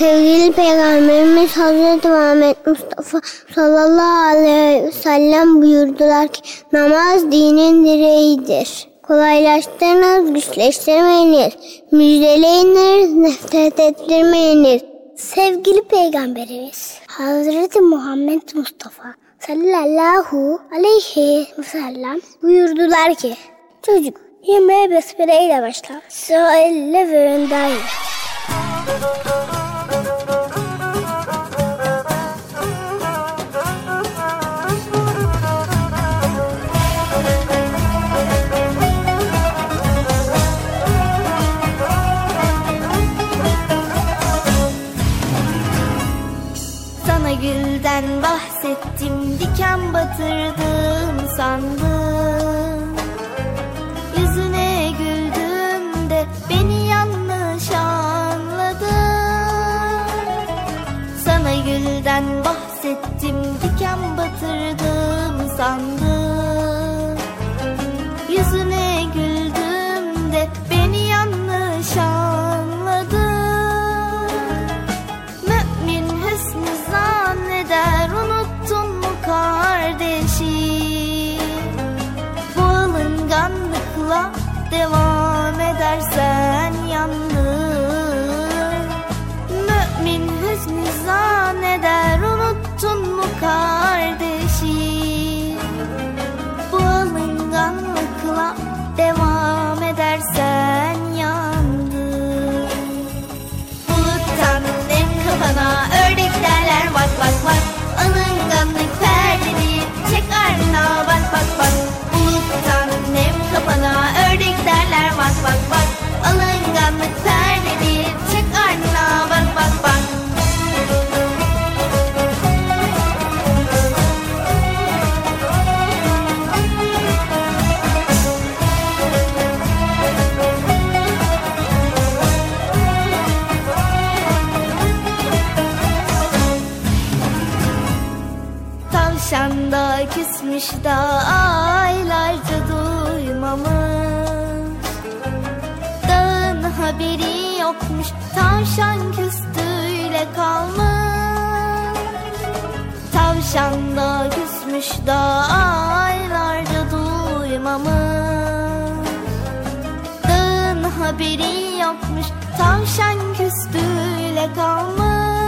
Sevgili Peygamberimiz Hazreti Muhammed Mustafa sallallahu aleyhi ve sellem buyurdular ki namaz dinin direğidir. Kolaylaştırınız, güçleştirmeyiniz, müjdeleyiniz, nefret ettirmeyiniz. Sevgili Peygamberimiz Hazreti Muhammed Mustafa sallallahu aleyhi ve sellem buyurdular ki çocuk yemeğe besmele ile başlar, sonra elle ve önden yer. Sana gülden bahsettim, diken batırdım sandım. Yüzüne güldüm de beni yanlış anladın. Sana gülden bahsettim, diken batırdım sandım. Yüzüne güldüm de beni yanlış anladın. Mümin hüsnü zanneder, unuttun mu kardeşim? Bu alınganlıkla devam edersen yandın. Mümin hüsnü zanneder, unuttun mu kardeşim? Bu alınganlıkla devam edersen yandın. Buluttan nem kafana ördek derler bak bak bak. Alınganlık perdeni çek ardına bak bak bak. Buluttan nem kafana ördek derler bak bak bak. Alınganlık perdeni çek ardına bak bak bak. Tavşan da küsmüş da aylarca duymamış. Dağın haberi yokmuş, tavşan küstüyle kalmış. Tavşan da küsmüş da aylarca duymamış. Dağın haberi yokmuş, tavşan küstüyle kalmış.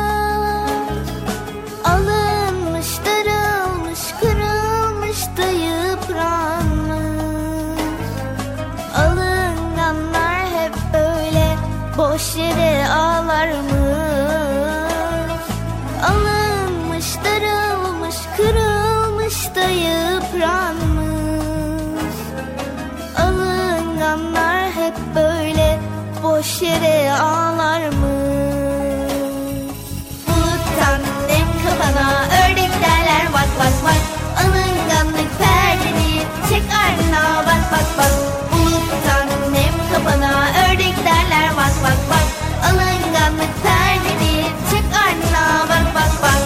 Alınmış, darılmış, kırılmış da yıpranmış. Alınganlar hep böyle boş yere ağlarmış. Alınmış, darılmış, kırılmış da yıpranmış. Alınganlar hep böyle boş yere ağlarmış. Buluttan nem kafana ördek derler bak bak bak. Alınganlık perdeni çek ardına bak bak bak. Buluttan nem kafana ördek derler bak bak bak. Alınganlık perdeni çek ardına bak bak bak.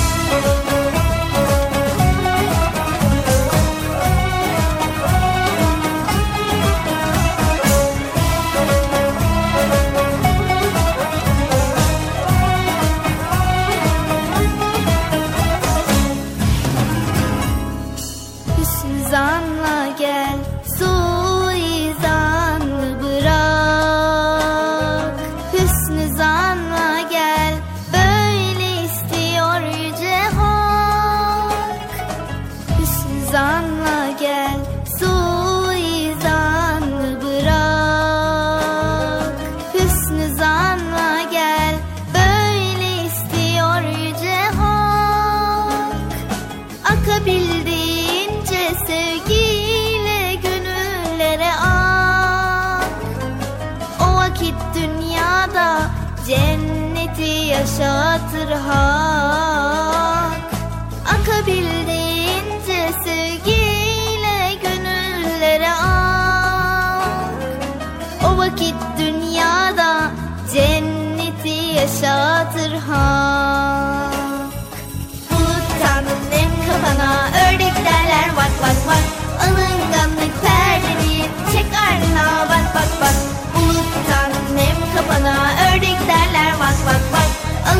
Zanla gel, suizanı bırak. Hüsnü zanla gel, böyle istiyor yüce hak. Hüsnü zanla gel, suizanı bırak. Hüsnü zanla gel, böyle istiyor yüce hak. Akabildiğince sevgiyle gönüllere ak. O vakit dünyada cenneti yaşatır hak. Akabildiğince sevgiyle gönüllere ak. O vakit dünyada cenneti yaşatır hak. Buluttan nem kafana ördek derler bak bak bak. Alınganlık perdeni çek ardına bak bak bak. Buluttan nem kafana ördek derler bak bak bak.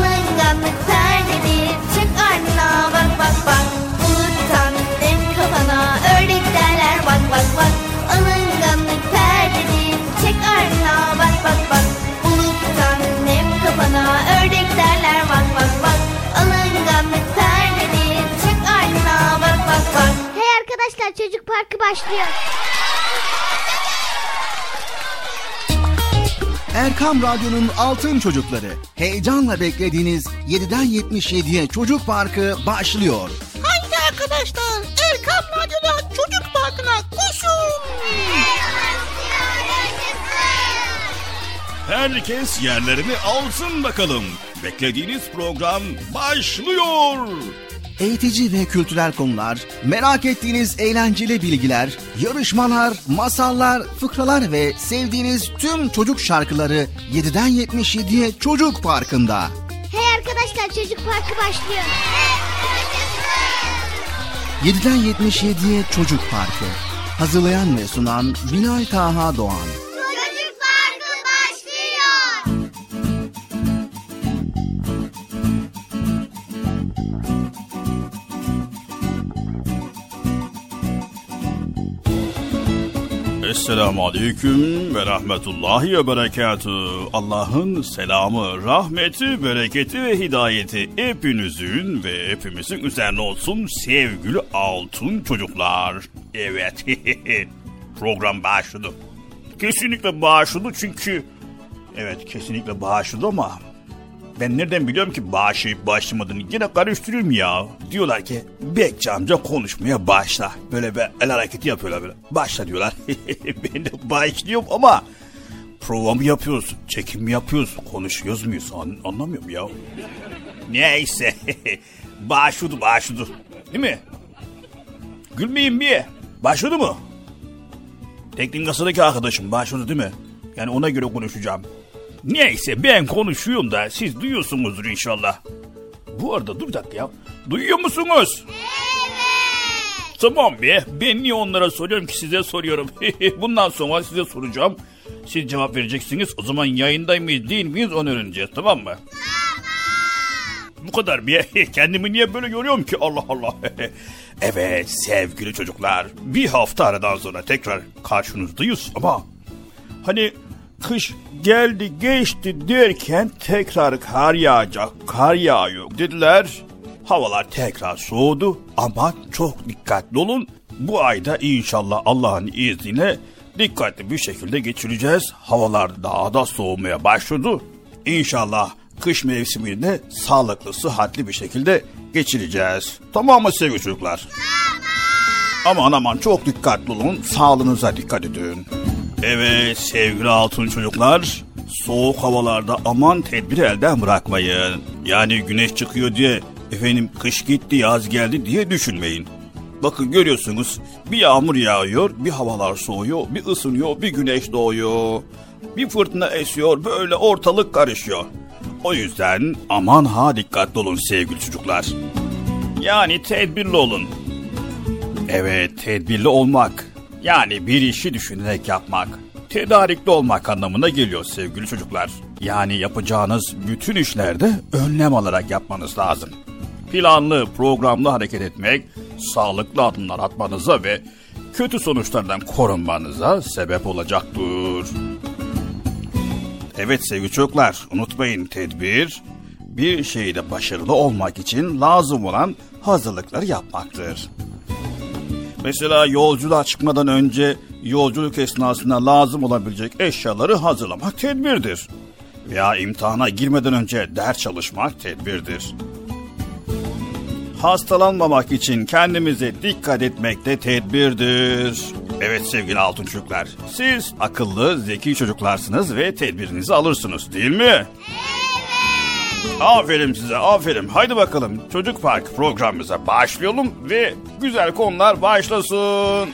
başlıyor. Erkam Radyo'nun Altın Çocukları. Heyecanla beklediğiniz 7'den 77'ye Çocuk Parkı başlıyor. Haydi arkadaşlar, Erkam Radyo'da Çocuk Parkı'na koşun. Herkes yerlerini alsın bakalım. Beklediğiniz program başlıyor. Eğitici ve kültürel konular, merak ettiğiniz eğlenceli bilgiler, yarışmalar, masallar, fıkralar ve sevdiğiniz tüm çocuk şarkıları 7'den 77'ye Çocuk Parkı'nda. Hey arkadaşlar, Çocuk Parkı başlıyor. 7'den 77'ye Çocuk Parkı. Hazırlayan ve sunan Binay Taha Doğan. Çocuk Parkı başlıyor. Esselamu Aleyküm ve Rahmetullahi ve Berekatuhu. Allah'ın selamı, rahmeti, bereketi ve hidayeti hepinizin ve hepimizin üzerine olsun sevgili altın çocuklar. Evet, program başladı. Kesinlikle başladı çünkü... Evet, kesinlikle başladı ama... Ben nereden biliyorum ki başlayıp başlamadığını? Yine karıştırıyorum ya. Diyorlar ki Bekçi amca konuşmaya başla. Böyle bir el hareketi yapıyorlar böyle. Başla diyorlar. Ben de başlıyorum ama prova mı yapıyoruz? Çekim mi yapıyoruz? Konuşuyoruz muyuz? Anlamıyorum ya. Neyse. Başladı. Değil mi? Gülmeyin bir. Başladı mı? Teknik kasadaki arkadaşım başladı değil mi? Yani ona göre konuşacağım. Neyse ben konuşuyorum da siz duyuyorsunuzdur inşallah. Bu arada dur bir dakika ya. Duyuyor musunuz? Evet. Tamam be. Ben niye onlara soruyorum ki size soruyorum. Bundan sonra size soracağım. Siz cevap vereceksiniz. O zaman yayında mıyız değil miyiz onu öğreneceğiz, tamam mı? Tamam. Bu kadar bir. Kendimi niye böyle görüyorum ki, Allah Allah. Evet sevgili çocuklar. Bir hafta aradan sonra tekrar karşınızdayız ama... Hani kış geldi geçti derken tekrar kar yağacak, kar yağıyor dediler. Havalar tekrar soğudu ama çok dikkatli olun. Bu ayda inşallah Allah'ın izniyle dikkatli bir şekilde geçireceğiz. Havalar daha da soğumaya başladı. İnşallah kış mevsimini sağlıklı, sıhhatli bir şekilde geçireceğiz. Tamam mı sevgili çocuklar? Tamam. Aman çok dikkatli olun. Sağlığınıza dikkat edin. Evet sevgili altın çocuklar, soğuk havalarda aman tedbiri elden bırakmayın. Yani güneş çıkıyor diye, efendim kış gitti yaz geldi diye düşünmeyin. Bakın görüyorsunuz, bir yağmur yağıyor, bir havalar soğuyor, bir ısınıyor, bir güneş doğuyor. Bir fırtına esiyor, böyle ortalık karışıyor. O yüzden aman ha dikkatli olun sevgili çocuklar. Yani tedbirli olun. Evet, tedbirli olmak. Yani bir işi düşünerek yapmak, tedarikli olmak anlamına geliyor sevgili çocuklar. Yani yapacağınız bütün işlerde önlem alarak yapmanız lazım. Planlı, programlı hareket etmek, sağlıklı adımlar atmanıza ve kötü sonuçlardan korunmanıza sebep olacaktır. Evet sevgili çocuklar, unutmayın tedbir, bir şeyde başarılı olmak için lazım olan hazırlıkları yapmaktır. Mesela yolculuğa çıkmadan önce yolculuk esnasında lazım olabilecek eşyaları hazırlamak tedbirdir. Veya imtihana girmeden önce ders çalışmak tedbirdir. Hastalanmamak için kendimize dikkat etmek de tedbirdir. Evet sevgili altın çocuklar, siz akıllı, zeki çocuklarsınız ve tedbirinizi alırsınız değil mi? Evet. Aferin size, aferin. Haydi bakalım Çocuk Park programımıza başlayalım ve güzel konular başlasın.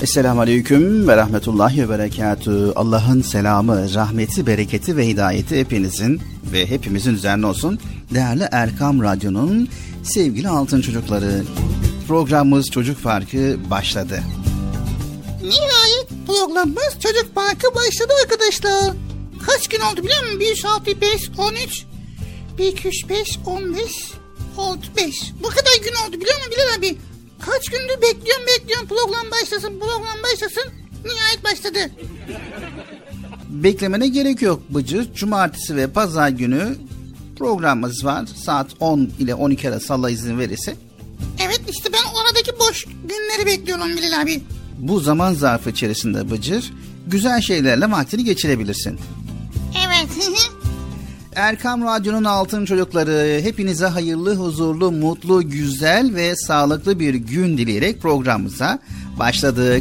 Esselamu Aleyküm ve Rahmetullahi ve Berekatü. Allah'ın selamı, rahmeti, bereketi ve hidayeti hepinizin ve hepimizin üzerine olsun. Değerli Erkam Radyo'nun sevgili altın çocukları, programımız Çocuk Parkı başladı. Nihayet programımız Çocuk Parkı başladı arkadaşlar. Kaç gün oldu biliyor musun? 1, 6, 5, 13, 1, 2, 3, 5, 15, 6, 5. Bu kadar gün oldu biliyor musun Bilal abi? Kaç gündür bekliyorum program başlasın. Nihayet başladı. Beklemene gerek yok Bıcır. Cumartesi ve pazar günü programımız var. Saat 10 ile 12 arası Allah izin verirse. Evet işte ben oradaki boş günleri bekliyorum Bilal abi. Bu zaman zarfı içerisinde Bıcır güzel şeylerle vaktini geçirebilirsin. Evet. Erkam Radyo'nun altın çocukları, hepinize hayırlı, huzurlu, mutlu, güzel ve sağlıklı bir gün dileyerek programımıza başladık.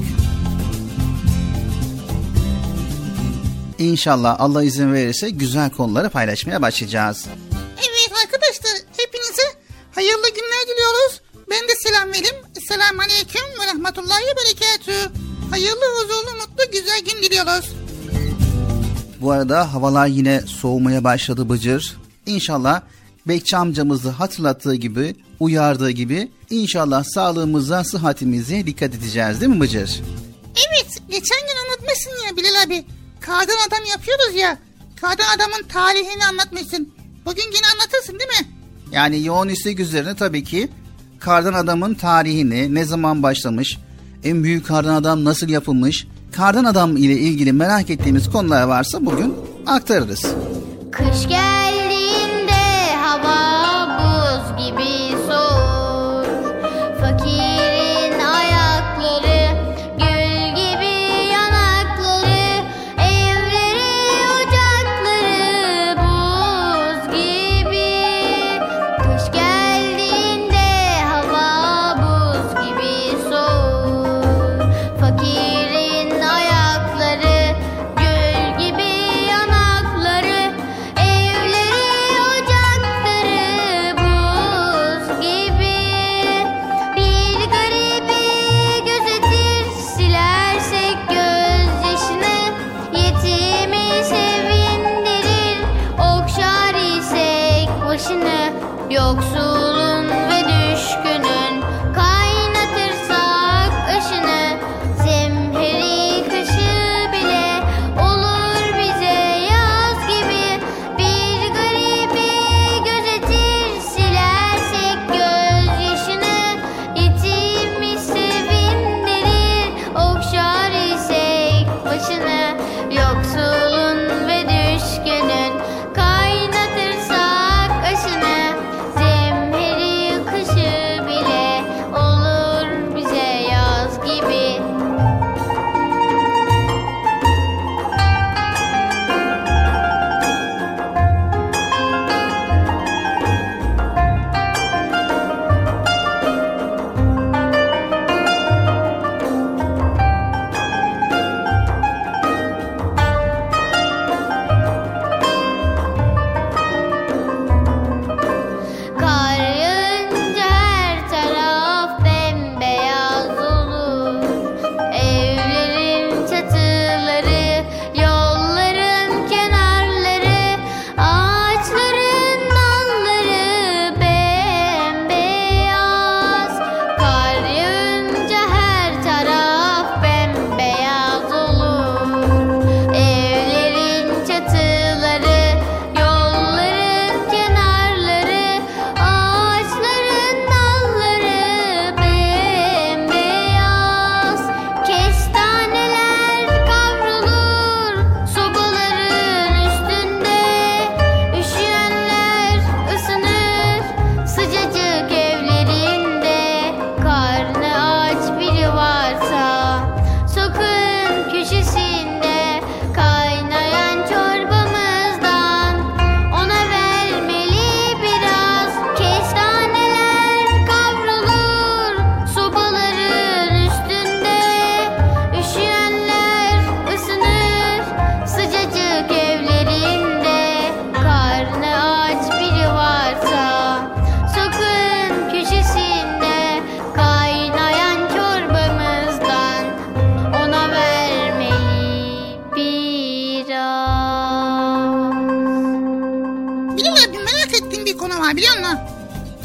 İnşallah Allah izin verirse güzel konuları paylaşmaya başlayacağız. Evet arkadaşlar, hepinize hayırlı günler diliyoruz. Ben de selam vereyim. Esselamu Aleyküm ve Rahmetullahi ve Berekatühü. Hayırlı, huzurlu, mutlu, güzel gün diliyoruz. Bu arada havalar yine soğumaya başladı Bıcır. İnşallah Bekçi amcamızı hatırlattığı gibi, uyardığı gibi inşallah sağlığımıza, sıhhatimize dikkat edeceğiz değil mi Bıcır? Evet, geçen gün anlatmışsın ya Bilal abi. Kardan adam yapıyoruz ya. Kardan adamın tarihini anlatmışsın. Bugün yine anlatırsın değil mi? Yani yoğun istek üzerine tabii ki kardan adamın tarihini, ne zaman başlamış, en büyük kardan adam nasıl yapılmış, kardan adam ile ilgili merak ettiğimiz konular varsa bugün aktarırız. Kış geldiğinde hava buz gibi soğur. Fakirin ayakları gül gibi yanakları, evleri ocakları buz gibi. Kış geldiğinde hava buz gibi soğur. Fakirin ayakları gül gibi yanakları, evleri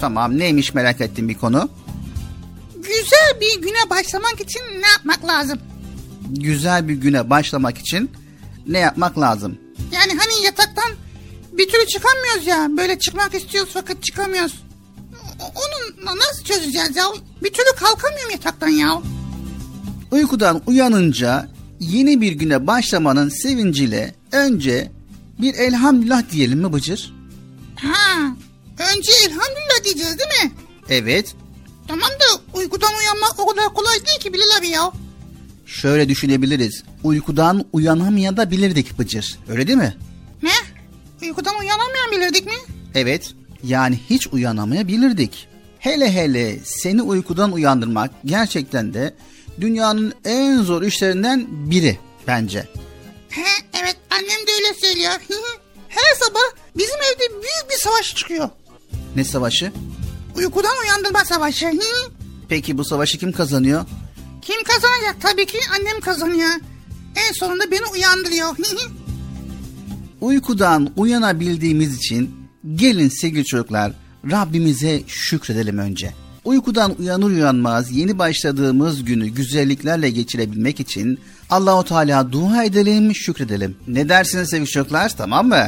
Tamam, neymiş merak ettiğim bir konu? Güzel bir güne başlamak için ne yapmak lazım? Güzel bir güne başlamak için ne yapmak lazım? Yani hani yataktan bir türlü çıkamıyoruz ya. Böyle çıkmak istiyoruz fakat çıkamıyoruz. Onu nasıl çözeceğiz ya? Bir türlü kalkamıyorum yataktan ya. Uykudan uyanınca yeni bir güne başlamanın sevinciyle önce bir elhamdülillah diyelim mi Bıcır? Ha, önce elhamdülillah diyeceğiz değil mi? Evet. Tamam da uykudan uyanmak o kadar kolay değil ki Bilal abi ya. Şöyle düşünebiliriz. Uykudan uyanamayabilirdik Bıcır. Öyle değil mi? Ne? Uykudan uyanamayabilirdik mi? Evet. Yani hiç uyanamayabilirdik. Hele seni uykudan uyandırmak gerçekten de dünyanın en zor işlerinden biri bence. He, evet, annem de öyle söylüyor. Her sabah bizim evde büyük bir savaş çıkıyor. Ne savaşı? Uykudan uyandırma savaşı. Peki bu savaşı kim kazanıyor? Kim kazanacak? Tabii ki annem kazanıyor. En sonunda beni uyandırıyor. Uykudan uyanabildiğimiz için gelin sevgili çocuklar Rabbimize şükredelim önce. Uykudan uyanır uyanmaz yeni başladığımız günü güzelliklerle geçirebilmek için Allahu Teala dua edelim, şükredelim. Ne dersiniz sevgili çocuklar, tamam mı?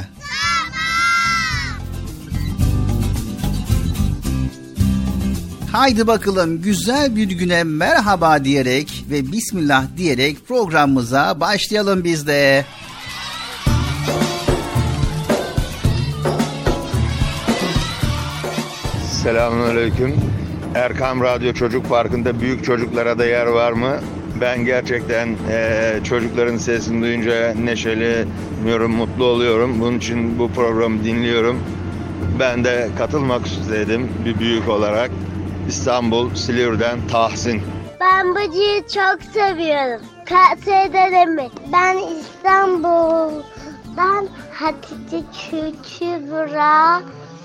Haydi bakalım güzel bir güne merhaba diyerek ve bismillah diyerek programımıza başlayalım biz de. Selamünaleyküm. Erkam Radyo Çocuk Parkı'nda büyük çocuklara da yer var mı? Ben gerçekten çocukların sesini duyunca neşeleniyorum, mutlu oluyorum. Bunun için bu programı dinliyorum. Ben de katılmak istedim bir büyük olarak. İstanbul, Silivri'den Tahsin. Ben Bıcı'yı çok seviyorum. Edelim mi? Ben İstanbul'dan Hatice Küçübra.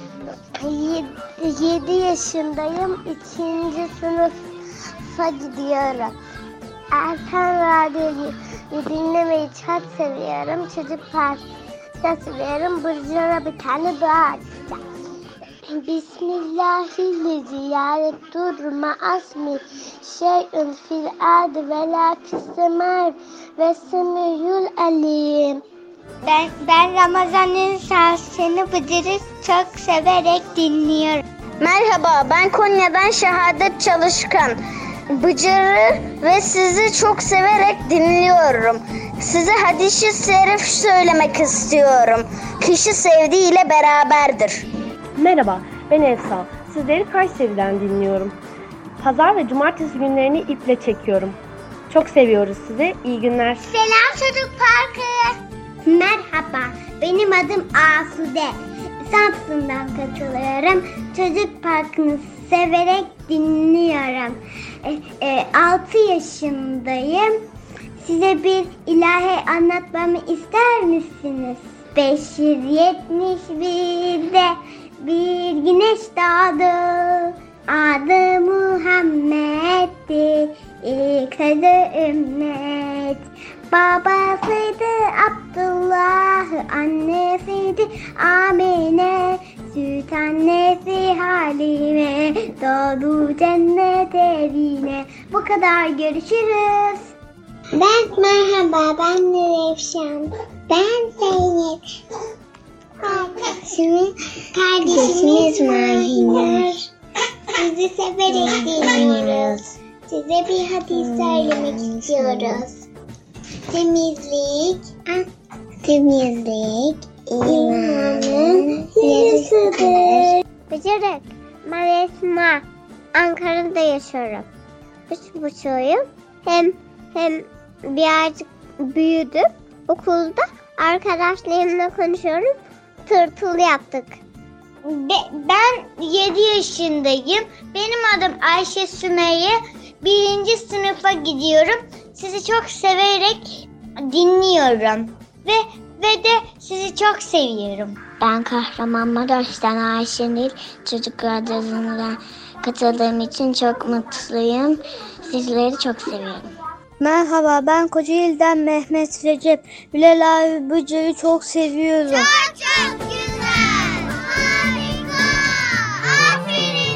7 yaşındayım. 2. sınıfa gidiyorum. Erkan Radyo'yu dinlemeyi çok seviyorum. Çocuk parkta seviyorum. Bıcı'na bir tane dua açacağım. Bismillahirrahmanirrahim. Durma asmi şey'ün fil ardı ve la fissemâr ve semiyul alim. Ben Ramazan'ın şahsını Bıcır'ı çok severek dinliyorum. Merhaba, ben Konya'dan Şehadet Çalışkan. Bıcır'ı ve sizi çok severek dinliyorum. Size hadis-i şerif söylemek istiyorum. Kişi sevdiğiyle beraberdir. Merhaba, ben Efsa. Sizleri Kayseri'den dinliyorum. Pazar ve cumartesi günlerini iple çekiyorum. Çok seviyoruz sizi. İyi günler. Selam Çocuk Parkı. Merhaba, benim adım Asude. Samsun'dan katılıyorum. Çocuk Parkı'nı severek dinliyorum. 6 yaşındayım. Size bir ilahi anlatmamı ister misiniz? 571'de bir güneş doğdu. Adı Muhammed'di. İlk adı ümmet. Babasıydı Abdullah, annesiydi Amine, süt annesi Halime, doğdu cennet evine. Bu kadar, görüşürüz. Merhaba, ben Nurevşan. Ben Zeynep. Kardeşimiz Mahinur. Sizi severek dinliyoruz. Size bir hadis söylemek istiyoruz. Temizlik imanın yarısıdır. Bıcırık, ben Esma. Ankara'da yaşıyorum. 3,5'uyum. Hem birazcık büyüdüm. Okulda arkadaşlarımla konuşuyorum. Tırtıl yaptık. Ben 7 yaşındayım. Benim adım Ayşe Sümeyye. 1. sınıfa gidiyorum. Sizi çok severek dinliyorum. Ve de sizi çok seviyorum. Ben Kahramanmaraş'tan Ayşenil. Çocuk Radyosu'na katıldığım için çok mutluyum. Sizleri çok seviyorum. Merhaba, ben Kocaeli'den Mehmet Recep. Bilal abi Bıcır'ı çok seviyorum. Çok güzel. Harika. Aferin.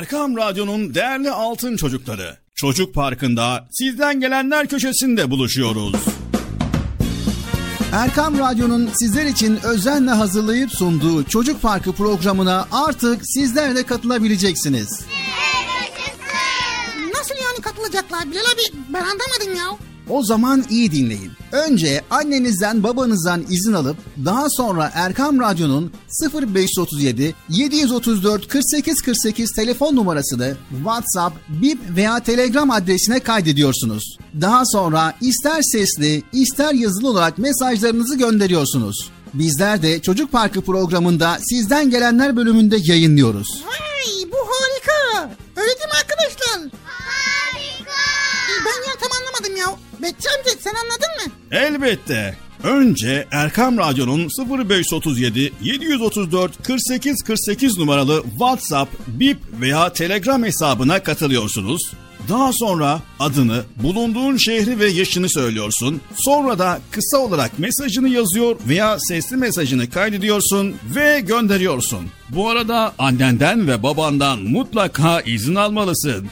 Erkam Radyo'nun değerli altın çocukları, Çocuk Parkı'nda sizden gelenler köşesinde buluşuyoruz. Erkam Radyo'nun sizler için özenle hazırlayıp sunduğu Çocuk Parkı programına artık sizler de katılabileceksiniz. Nasıl yani katılacaklar Bilal abi? Ben anlamadım ya. O zaman iyi dinleyin. Önce annenizden babanızdan izin alıp daha sonra Erkam Radyo'nun 0537 734 48 48 telefon numarasını WhatsApp, Bip veya Telegram adresine kaydediyorsunuz. Daha sonra ister sesli ister yazılı olarak mesajlarınızı gönderiyorsunuz. Bizler de Çocuk Parkı programında sizden gelenler bölümünde yayınlıyoruz. Vay, bu harika. Öyle değil mi arkadaşlar? Harika. Ben ya tam anlamadım ya. Betçi amca sen anladın mı? Elbette. Önce Erkam Radyo'nun 0537 734 48 48 numaralı WhatsApp, Bip veya Telegram hesabına katılıyorsunuz. Daha sonra adını, bulunduğun şehri ve yaşını söylüyorsun. Sonra da kısa olarak mesajını yazıyor veya sesli mesajını kaydediyorsun ve gönderiyorsun. Bu arada annenden ve babandan mutlaka izin almalısın.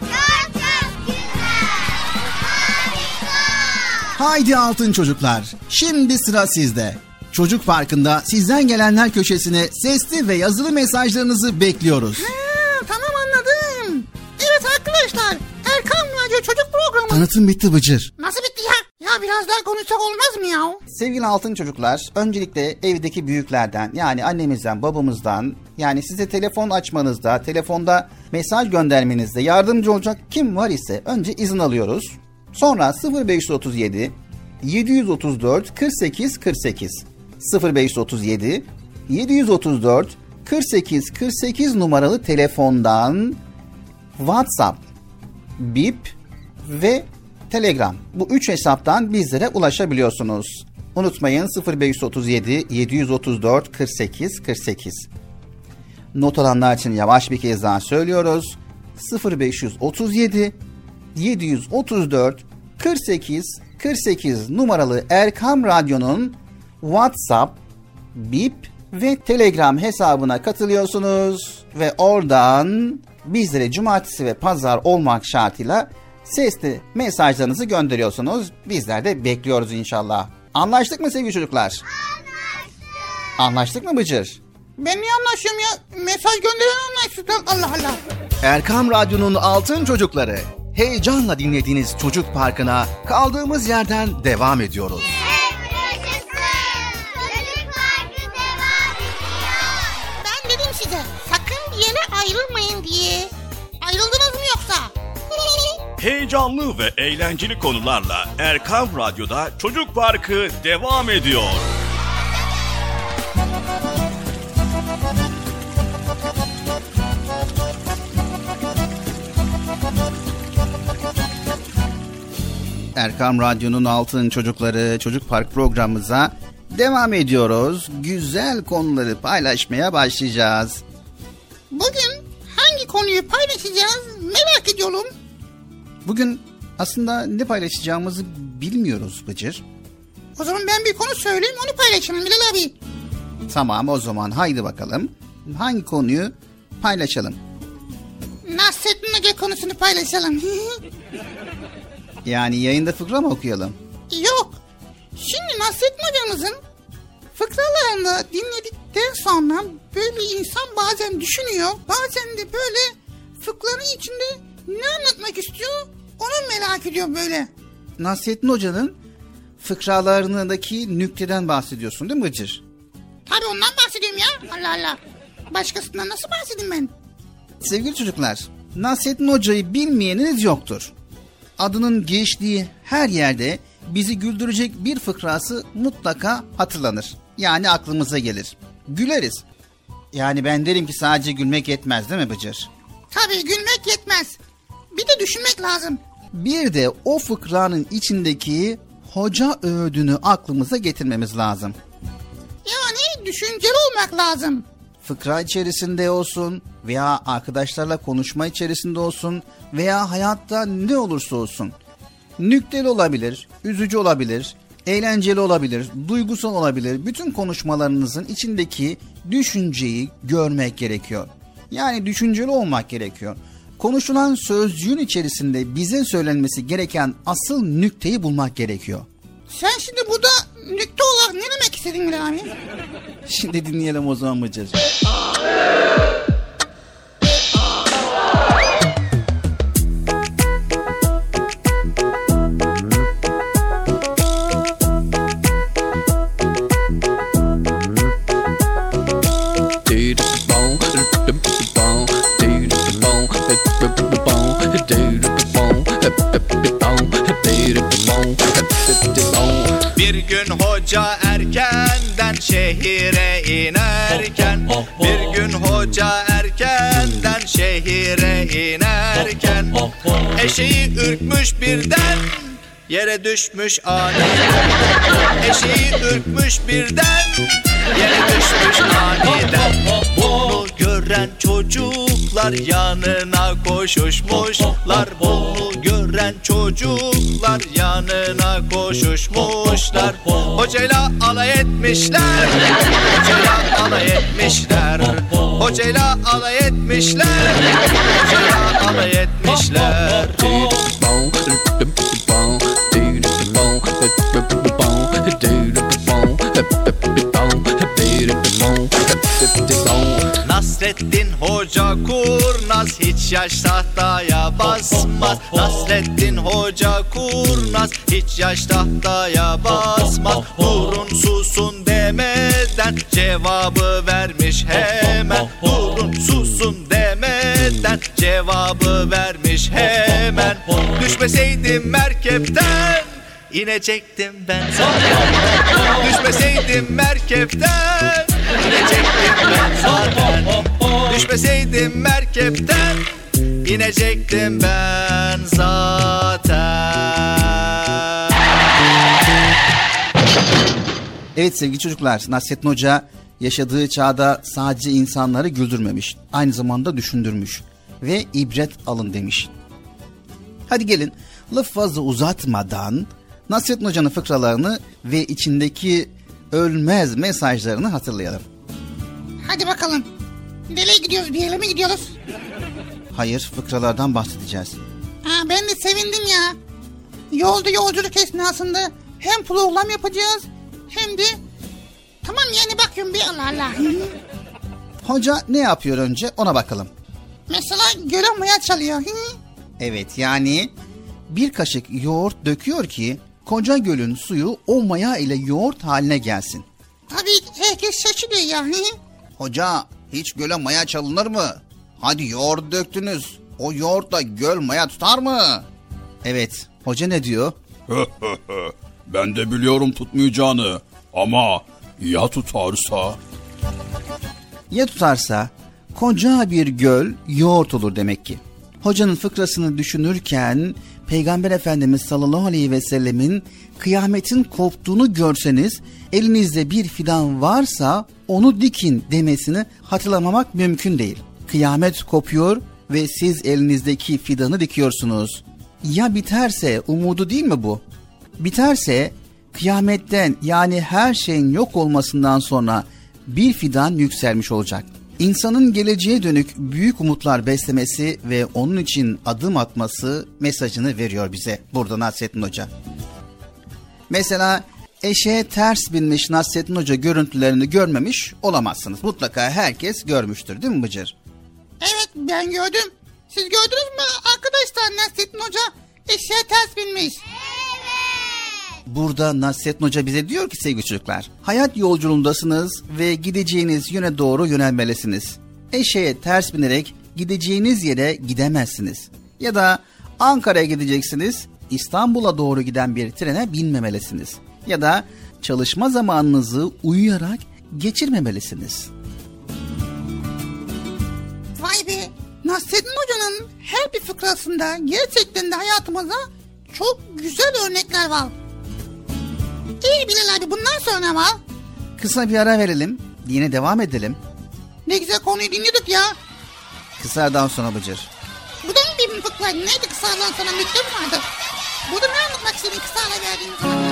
Haydi altın çocuklar, şimdi sıra sizde. Çocuk Parkı'nda sizden gelenler köşesine sesli ve yazılı mesajlarınızı bekliyoruz. Tamam anladım. Evet arkadaşlar, Erkam Radyo Çocuk Programı. Tanıtım bitti Bıcır. Nasıl bitti ya? Ya biraz daha konuşsak olmaz mı ya? Sevgili altın çocuklar, öncelikle evdeki büyüklerden yani annemizden, babamızdan yani size telefon açmanızda, telefonda mesaj göndermenizde yardımcı olacak kim var ise önce izin alıyoruz. Sonra 0537 734 48 48 0537 734 48 48 numaralı telefondan WhatsApp, Bip ve Telegram. Bu 3 hesaptan bizlere ulaşabiliyorsunuz. Unutmayın 0537 734 48 48. Not alanlar için yavaş bir kez daha söylüyoruz. 0537 734 48 48 numaralı Erkam Radyo'nun WhatsApp, Bip ve Telegram hesabına katılıyorsunuz ve oradan bizlere cumartesi ve pazar olmak şartıyla sesli mesajlarınızı gönderiyorsunuz. Bizler de bekliyoruz inşallah. Anlaştık mı sevgili çocuklar? Anlaştık. Anlaştık mı Bıcır? Ben niye anlaşıyorum ya? Mesaj gönderen anlaştık. Allah Allah. Erkam Radyo'nun altın çocukları. Heyecanla dinlediğiniz Çocuk Parkı'na kaldığımız yerden devam ediyoruz. Çocuk Parkı devam ediyor. Ben dedim size sakın bir yere ayrılmayın diye. Ayrıldınız mı yoksa? Heyecanlı ve eğlenceli konularla Erkam Radyo'da Çocuk Parkı devam ediyor. Erkam Radyo'nun altın çocukları Çocuk Park programımıza devam ediyoruz. Güzel konuları paylaşmaya başlayacağız. Bugün hangi konuyu paylaşacağız merak ediyorum. Bugün aslında ne paylaşacağımızı bilmiyoruz Bıcır. O zaman ben bir konu söyleyeyim onu paylaşalım Bilal abi. Tamam o zaman haydi bakalım. Hangi konuyu paylaşalım? Nasrettin Hoca konusunu paylaşalım. Yani yayında fıkra mı okuyalım? Yok. Şimdi Nasrettin Hocamızın fıkralarını dinledikten sonra böyle insan bazen düşünüyor. Bazen de böyle fıkranın içinde ne anlatmak istiyor onu merak ediyor böyle. Nasrettin Hoca'nın fıkralarındaki nükteden bahsediyorsun değil mi Bıcır? Tabii ondan bahsediyorum ya. Allah Allah. Başkasından nasıl bahsedeyim ben? Sevgili çocuklar, Nasrettin Hoca'yı bilmeyeniniz yoktur. Adının geçtiği her yerde bizi güldürecek bir fıkrası mutlaka hatırlanır. Yani aklımıza gelir. Güleriz. Yani ben derim ki sadece gülmek yetmez değil mi Bıcır? Tabii gülmek yetmez. Bir de düşünmek lazım. Bir de o fıkranın içindeki hoca öğüdünü aklımıza getirmemiz lazım. Yani düşünceli olmak lazım. Fıkra içerisinde olsun veya arkadaşlarla konuşma içerisinde olsun veya hayatta ne olursa olsun. Nükteli olabilir, üzücü olabilir, eğlenceli olabilir, duygusal olabilir. Bütün konuşmalarınızın içindeki düşünceyi görmek gerekiyor. Yani düşünceli olmak gerekiyor. konuşulan sözcüğün içerisinde bize söylenmesi gereken asıl nükteyi bulmak gerekiyor. Sen şimdi burada nükte olarak ne demek istedin Bilal abi? Şimdi dinleyelim o zaman Mıcır. Bir gün hoca erkenden şehire inerken, bir gün hoca erkenden şehire inerken, eşeği ürkmüş birden yere düşmüş aniden. Eşeği ürkmüş birden yere düşmüş aniden. Bunu gören çocuklar yanına koşuşmuşlar. Bunu gören çocuklar yanına koşuşmuşlar. Hocayla alay etmişler, hocayla alay etmişler, hocayla alay etmişler, hocayla alay etmişler. Nasreddin Hoca kurnaz, hiç yaş tahtaya basmaz. Nasreddin Hoca kurnaz, hiç yaş tahtaya basmaz. Durun susun demeden cevabı vermiş hemen. Durun susun demeden cevabı vermiş hemen. Düşmeseydim merkepten İnecektim ben zaten. Düşmeseydim merkepten İnecektim ben zaten. Düşmeseydim merkepten İnecektim ben zaten. Evet sevgili çocuklar, Nasrettin Hoca yaşadığı çağda sadece insanları güldürmemiş, aynı zamanda düşündürmüş ve ibret alın demiş. Hadi gelin lafı fazla uzatmadan Nasrettin Hoca'nın fıkralarını ve içindeki ölmez mesajlarını hatırlayalım. Hadi bakalım. Nereye gidiyoruz? Bir yere mi gidiyoruz? Hayır, fıkralardan bahsedeceğiz. Ben de sevindim ya. Yolculuk esnasında hem program yapacağız hem de... Tamam yani bakıyorum bir Allah Allah. Hoca ne yapıyor önce ona bakalım. Mesela göle maya çalıyor. Evet, yani bir kaşık yoğurt döküyor ki koca gölün suyu o maya ile yoğurt haline gelsin. Tabii herkes şaşırıyor yani. Hoca, hiç göle maya çalınır mı? Hadi yoğurt döktünüz. O yoğurtla göl maya tutar mı? Evet, hoca ne diyor? Ben de biliyorum tutmayacağını ama ya tutarsa? Ya tutarsa koca bir göl yoğurt olur demek ki. Hocanın fıkrasını düşünürken Peygamber Efendimiz sallallahu aleyhi ve sellemin kıyametin koptuğunu görseniz elinizde bir fidan varsa onu dikin demesini hatırlamamak mümkün değil. Kıyamet kopuyor ve siz elinizdeki fidanı dikiyorsunuz. Ya biterse umudu değil mi bu? Biterse kıyametten, yani her şeyin yok olmasından sonra bir fidan yükselmiş olacak. İnsanın geleceğe dönük büyük umutlar beslemesi ve onun için adım atması mesajını veriyor bize burada Nasrettin Hoca. Mesela eşeğe ters binmiş Nasrettin Hoca görüntülerini görmemiş olamazsınız. Mutlaka herkes görmüştür değil mi Bıcır? Evet, ben gördüm. Siz gördünüz mü arkadaşlar, Nasrettin Hoca eşeğe ters binmiş? Burada Nasrettin Hoca bize diyor ki sevgili çocuklar, hayat yolculuğundasınız ve gideceğiniz yöne doğru yönelmelisiniz. Eşeğe ters binerek gideceğiniz yere gidemezsiniz. Ya da Ankara'ya gideceksiniz, İstanbul'a doğru giden bir trene binmemelisiniz. Ya da çalışma zamanınızı uyuyarak geçirmemelisiniz. Vay be, Nasrettin Hoca'nın her bir fıkrasında gerçekten de hayatımıza çok güzel örnekler var. İyi Bilal abi, bundan sonra var. Kısa bir ara verelim, yine devam edelim. Ne güzel konuyu dinliyorduk ya. Kısa aradan sonra Bıcır. Bu da mı bir fıkra? Neydi kısa aradan sonra, müddet mi vardı? Burada ne anlatmak istedin kısa ara verdiğiniz zaman?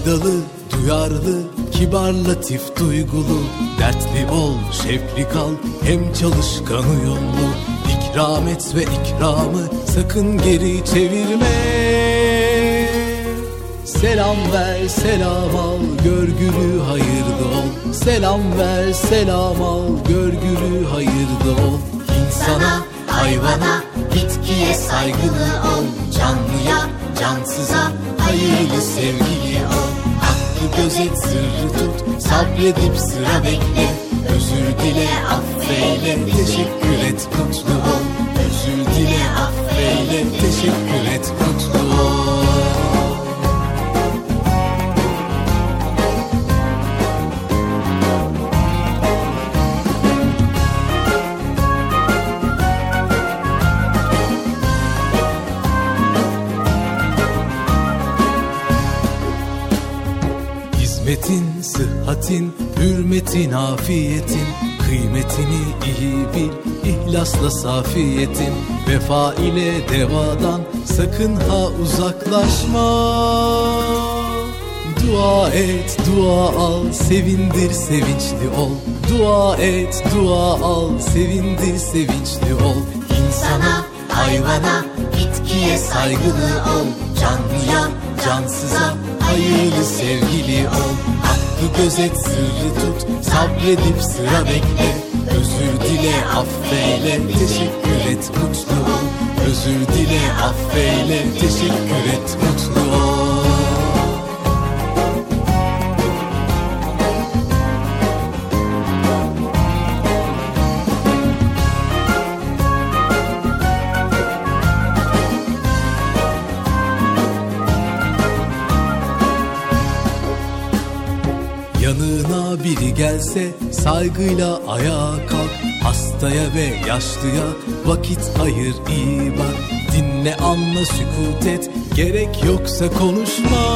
faydalı, duyarlı, kibar, latif, duygulu. Dertli ol, şevkli kal, hem çalışkan, uyumlu. İkram et ve ikramı sakın geri çevirme. Selam ver, selam al, görgülü, hayırlı ol. Selam ver, selam al, görgülü, hayırlı ol. İnsana, hayvana, bitkiye saygılı ol. Canlıya, cansıza, hayırlı, sevgili ol. Hakkı gözet, sırrı tut, sabredip sıra bekle. Özür dile, affeyle, teşekkür et, mutlu ol. Özür dile, affeyle, teşekkür et, mutlu ol. Hizmetin, sıhhatin, hürmetin, afiyetin, kıymetini iyi bil, ihlasla safiyetin. Vefa ile devadan sakın ha uzaklaşma. Dua et, dua al, sevindir, sevinçli ol. Dua et, dua al, sevindir, sevinçli ol. İnsana, hayvana, bitkiye saygılı ol. Canlıya, cansıza, hayırlı, sevgili ol. Hakkı gözet, sırrı tut, sabredip sıra bekle. Özür dile, affeyle, teşekkür et, mutlu ol. Özür dile, affeyle, teşekkür et, mutlu ol. Yanına biri gelse saygıyla ayağa kalk. Hastaya ve yaşlıya vakit ayır, iyi bak. Dinle, anla, sükût et, gerek yoksa konuşma.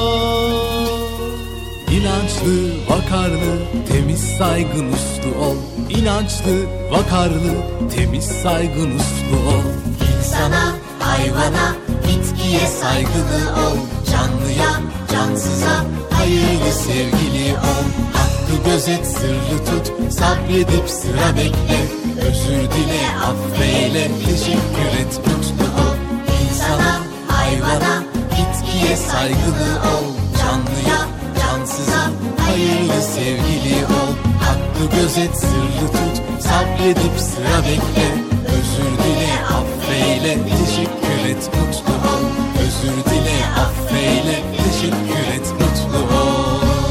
İnançlı, vakarlı, temiz, saygın, uslu ol. İnançlı, vakarlı, temiz, saygın, uslu ol. İnsana, hayvana, bitkiye saygılı ol. Canlıya, cansıza, hayırlı, sevgili ol. Hakkı gözet, sırrı tut, sabredip sıra bekle. Özür dile, affeyle, teşekkür et, mutlu ol. İnsana, hayvana, bitkiye saygılı ol. Canlıya, cansıza, hayırlı, sevgili ol. Hakkı gözet, sırrı tut, sabredip sıra bekle. Özür dile, affeyle, teşekkür et, mutlu ol. Özür dile, affeyle, teşekkür et, mutlu ol.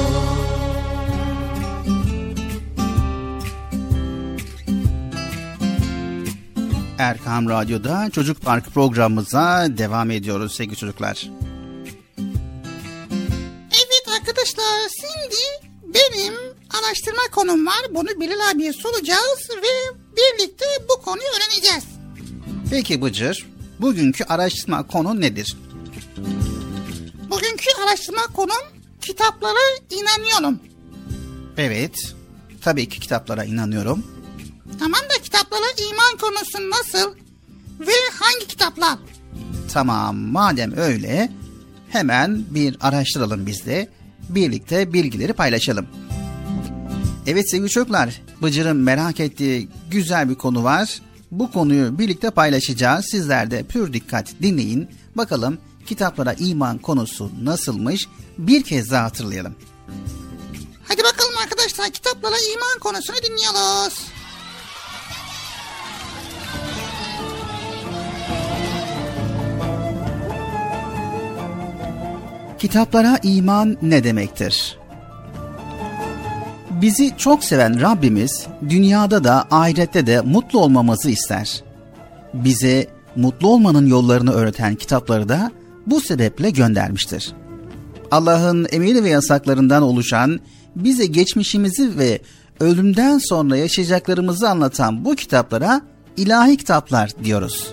Erkam Radyo'da Çocuk Parkı programımıza devam ediyoruz sevgili çocuklar. Evet arkadaşlar, şimdi benim araştırma konum var. Bunu Bilal abiye soracağız ve birlikte bu konuyu öğreneceğiz. Peki Bıcır, bugünkü araştırma konu nedir? Bugünkü araştırma konum kitaplara inanıyorum. Evet, tabii ki kitaplara inanıyorum. Tamam da kitaplara iman konusu nasıl ve hangi kitaplar? Tamam, madem öyle hemen bir araştıralım biz de. Birlikte bilgileri paylaşalım. Evet sevgili çocuklar, Bıcır'ın merak ettiği güzel bir konu var. Bu konuyu birlikte paylaşacağız. Sizler de pür dikkat dinleyin. Bakalım kitaplara iman konusu nasılmış? Bir kez daha hatırlayalım. Hadi bakalım arkadaşlar, kitaplara iman konusunu dinliyoruz. Kitaplara iman ne demektir? Bizi çok seven Rabbimiz dünyada da ahirette de mutlu olmamızı ister. Bize mutlu olmanın yollarını öğreten kitapları da bu sebeple göndermiştir. Allah'ın emir ve yasaklarından oluşan, bize geçmişimizi ve ölümden sonra yaşayacaklarımızı anlatan bu kitaplara ilahi kitaplar diyoruz.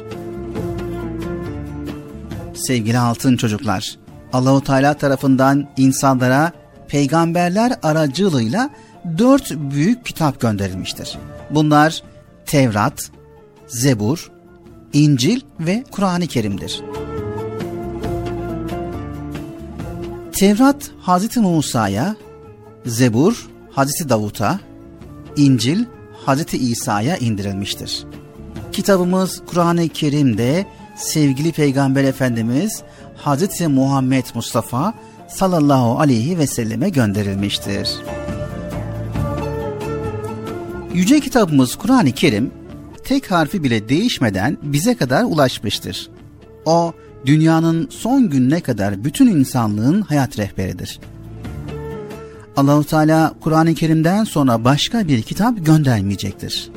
Sevgili altın çocuklar, Allah-u Teala tarafından insanlara peygamberler aracılığıyla 4 büyük kitap gönderilmiştir. Bunlar Tevrat, Zebur, İncil ve Kur'an-ı Kerim'dir. Tevrat Hazreti Musa'ya, Zebur Hazreti Davut'a, İncil Hazreti İsa'ya indirilmiştir. Kitabımız Kur'an-ı Kerim'de sevgili Peygamber Efendimiz Hazreti Muhammed Mustafa sallallahu aleyhi ve selleme gönderilmiştir. Yüce kitabımız Kur'an-ı Kerim tek harfi bile değişmeden bize kadar ulaşmıştır. O, dünyanın son gününe kadar bütün insanlığın hayat rehberidir. Allah-u Teala Kur'an-ı Kerim'den sonra başka bir kitap göndermeyecektir.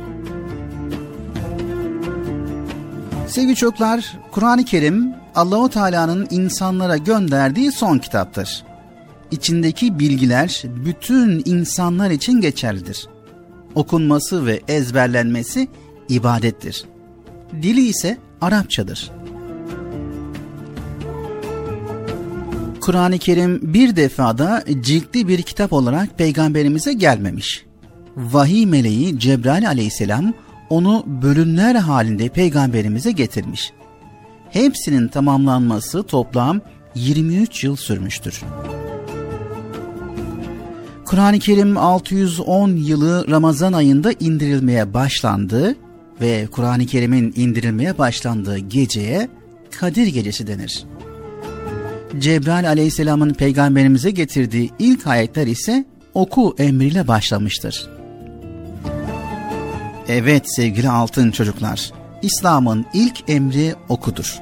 Sevgili çocuklar, Kur'an-ı Kerim Allah-u Teala'nın insanlara gönderdiği son kitaptır. İçindeki bilgiler bütün insanlar için geçerlidir. Okunması ve ezberlenmesi ibadettir. Dili ise Arapçadır. Kur'an-ı Kerim bir defada ciltli bir kitap olarak peygamberimize gelmemiş. Vahiy meleği Cebrail aleyhisselam onu bölümler halinde peygamberimize getirmiş. Hepsinin tamamlanması toplam 23 yıl sürmüştür. Kur'an-ı Kerim 610 yılı Ramazan ayında indirilmeye başlandı ve Kur'an-ı Kerim'in indirilmeye başlandığı geceye Kadir Gecesi denir. Cebrail aleyhisselamın peygamberimize getirdiği ilk ayetler ise oku emriyle başlamıştır. Evet sevgili altın çocuklar, İslam'ın ilk emri okudur.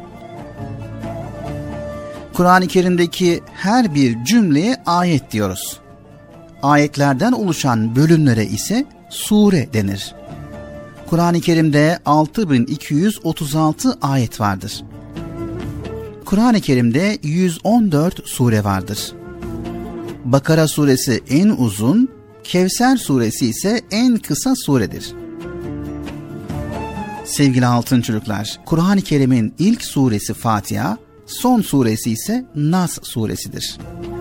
Kur'an-ı Kerim'deki her bir cümleye ayet diyoruz. Ayetlerden oluşan bölümlere ise sure denir. Kur'an-ı Kerim'de 6236 ayet vardır. Kur'an-ı Kerim'de 114 sure vardır. Bakara suresi en uzun, Kevser suresi ise en kısa suredir. Sevgili altın çocuklar, Kur'an-ı Kerim'in ilk suresi Fatiha, son suresi ise Nas suresidir.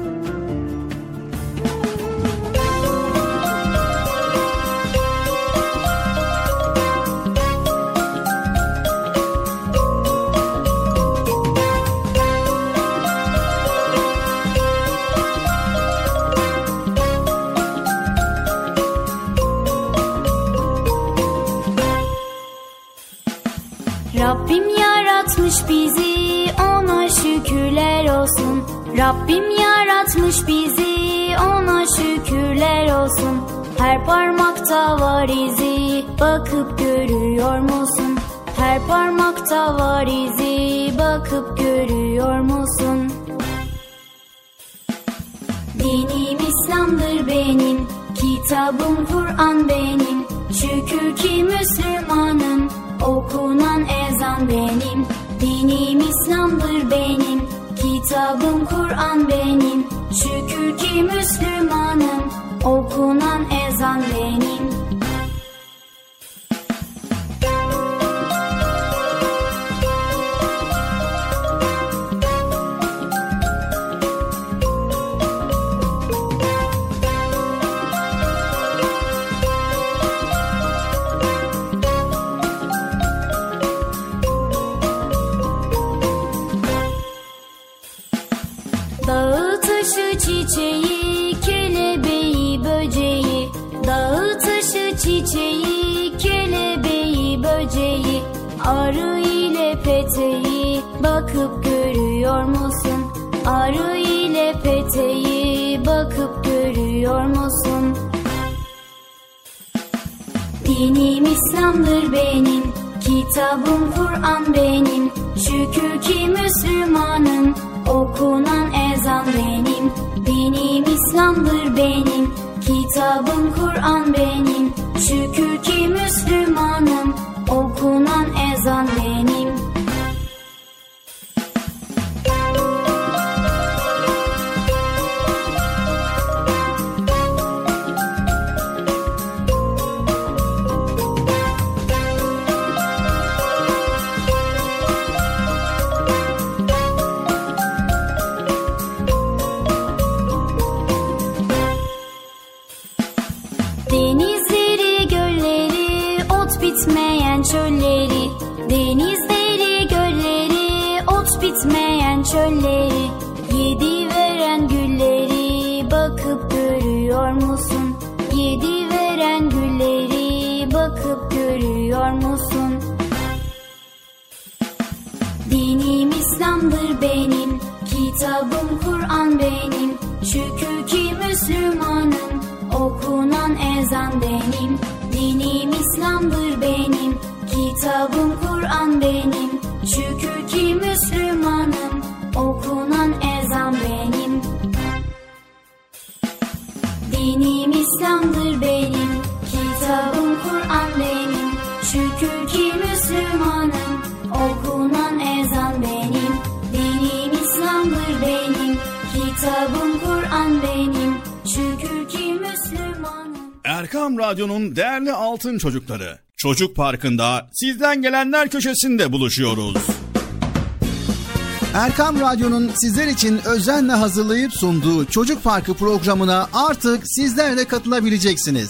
Rabbim yaratmış bizi, ona şükürler olsun. Rabbim yaratmış bizi, ona şükürler olsun. Her parmakta var izi, bakıp görüyor musun? Her parmakta var izi, bakıp görüyor musun? Dinim İslam'dır benim, kitabım Kur'an benim. Şükür ki Müslümanım, okunan ezan benim. Dinim İslam'dır benim, kitabım Kur'an benim. Şükür ki Müslümanım, okunan ezan benim. Dağı taşı çiçeği, kelebeği böceği. Dağı taşı çiçeği, kelebeği böceği. Arı ile peteği, bakıp görüyor musun? Arı ile peteği, bakıp görüyor musun? Dinim İslam'dır benim, kitabım Kur'an benim. Şükür ki Müslümanım, okunan ezan benim. Dinim İslam'dır benim, kitabım Kur'an benim. Şükür ki Müslümanım, okunan ezan benim. Denizleri, gölleri, benim, kitabım Kur'an benim. Şükür ki Müslümanım, okunan ezan benim. Dinim İslam'dır benim, kitabım Kur'an benim. Şükür ki Müslümanım, okunan ezan benim. Dinim İslam'dır benim, kitabım Kur'an benim. Şükür ki Müslümanım, okunan ezan benim. Dinim İslam'dır benim, kitabım Kur'an benim. Şükür ki Müslümanım. Erkam Radyo'nun değerli altın çocukları, Çocuk Parkı'nda sizden gelenler köşesinde buluşuyoruz. Erkam Radyo'nun sizler için özenle hazırlayıp sunduğu Çocuk Parkı programına artık sizler de katılabileceksiniz.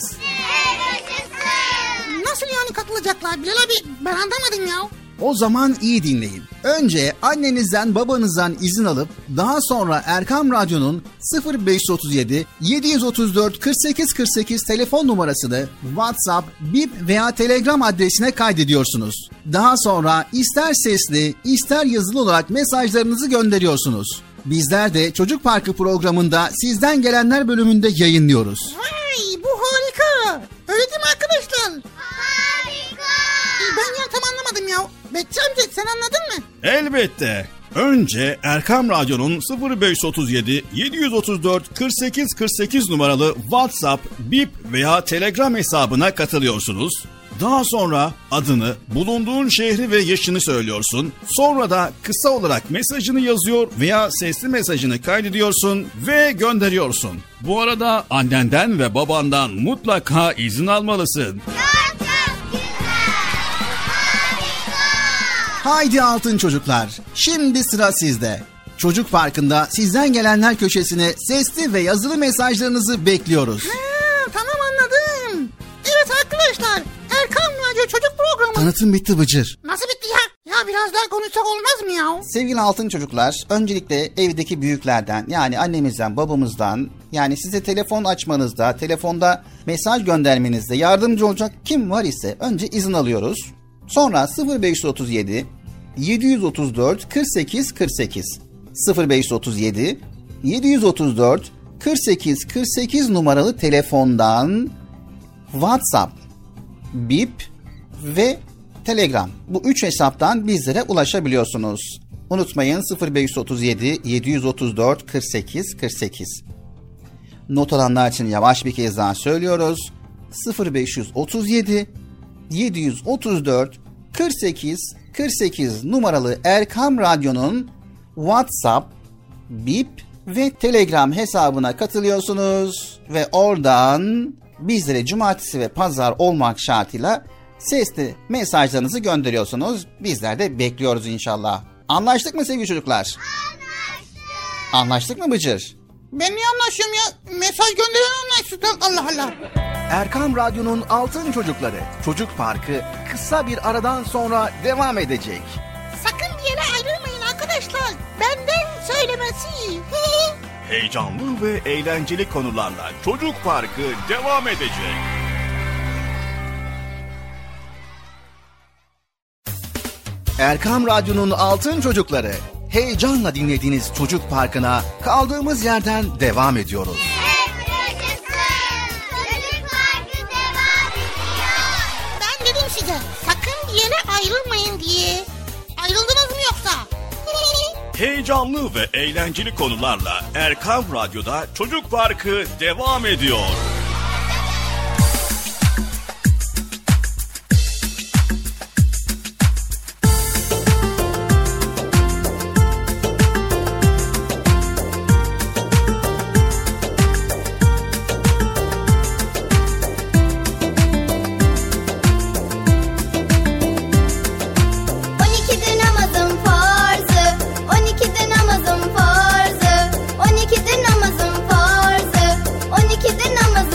Nasıl yani katılacaklar Bilal abi? Ben anlamadım ya. O zaman iyi dinleyin. Önce annenizden babanızdan izin alıp daha sonra Erkam Radyo'nun 0537 734 48 48 telefon numarasını WhatsApp, Bip veya Telegram adresine kaydediyorsunuz. Daha sonra ister sesli ister yazılı olarak mesajlarınızı gönderiyorsunuz. Bizler de Çocuk Parkı programında sizden gelenler bölümünde yayınlıyoruz. Vay, bu harika. Öyle değil mi arkadaşlar? Harika. Ben ya tam anlamadım ya. Bekçi amca sen anladın mı? Elbette. Önce Erkam Radyo'nun 0537 734 48 48 numaralı WhatsApp, Bip veya Telegram hesabına katılıyorsunuz. Daha sonra adını, bulunduğun şehri ve yaşını söylüyorsun. Sonra da kısa olarak mesajını yazıyor veya sesli mesajını kaydediyorsun ve gönderiyorsun. Bu arada annenden ve babandan mutlaka izin almalısın. Haydi altın çocuklar, şimdi sıra sizde. Çocuk Parkı'nda sizden gelenler köşesine sesli ve yazılı mesajlarınızı bekliyoruz. Tamam anladım. Evet arkadaşlar, Erkam Radyo Çocuk Programı. Tanıtım bitti Bıcır. Nasıl bitti ya? Ya biraz daha konuşsak olmaz mı ya? Sevgili altın çocuklar, öncelikle evdeki büyüklerden yani annemizden, babamızdan yani size telefon açmanızda, telefonda mesaj göndermenizde yardımcı olacak kim var ise önce izin alıyoruz. Sonra 0537 734 48 48 0537 734 48 48 numaralı telefondan WhatsApp, Bip ve Telegram. Bu 3 hesaptan bizlere ulaşabiliyorsunuz. Unutmayın 0537 734 48 48. Not alanlar için yavaş bir kez daha söylüyoruz. 0537 734 48 48 numaralı Erkam Radyo'nun WhatsApp, Bip ve Telegram hesabına katılıyorsunuz ve oradan bizlere cumartesi ve pazar olmak şartıyla sesli mesajlarınızı gönderiyorsunuz. Bizler de bekliyoruz inşallah. Anlaştık mı sevgili çocuklar? Anlaştık. Anlaştık mı Bıcır? Ben niye anlaşıyorum ya? Mesaj gönderen anlaşsın. Allah Allah. Erkam Radyo'nun altın çocukları Çocuk Parkı kısa bir aradan sonra devam edecek. Sakın bir yere ayrılmayın arkadaşlar. Benden söylemesi. Heyecanlı ve eğlenceli konularla Çocuk Parkı devam edecek. Erkam Radyo'nun altın çocukları, heyecanla dinlediğiniz Çocuk Parkı'na kaldığımız yerden devam ediyoruz. Çocuk Parkı devam ediyor. Ben dedim size sakın bir yere ayrılmayın diye. Ayrıldınız mı yoksa? Heyecanlı ve eğlenceli konularla Erkam Radyo'da Çocuk Parkı devam ediyor. Namazın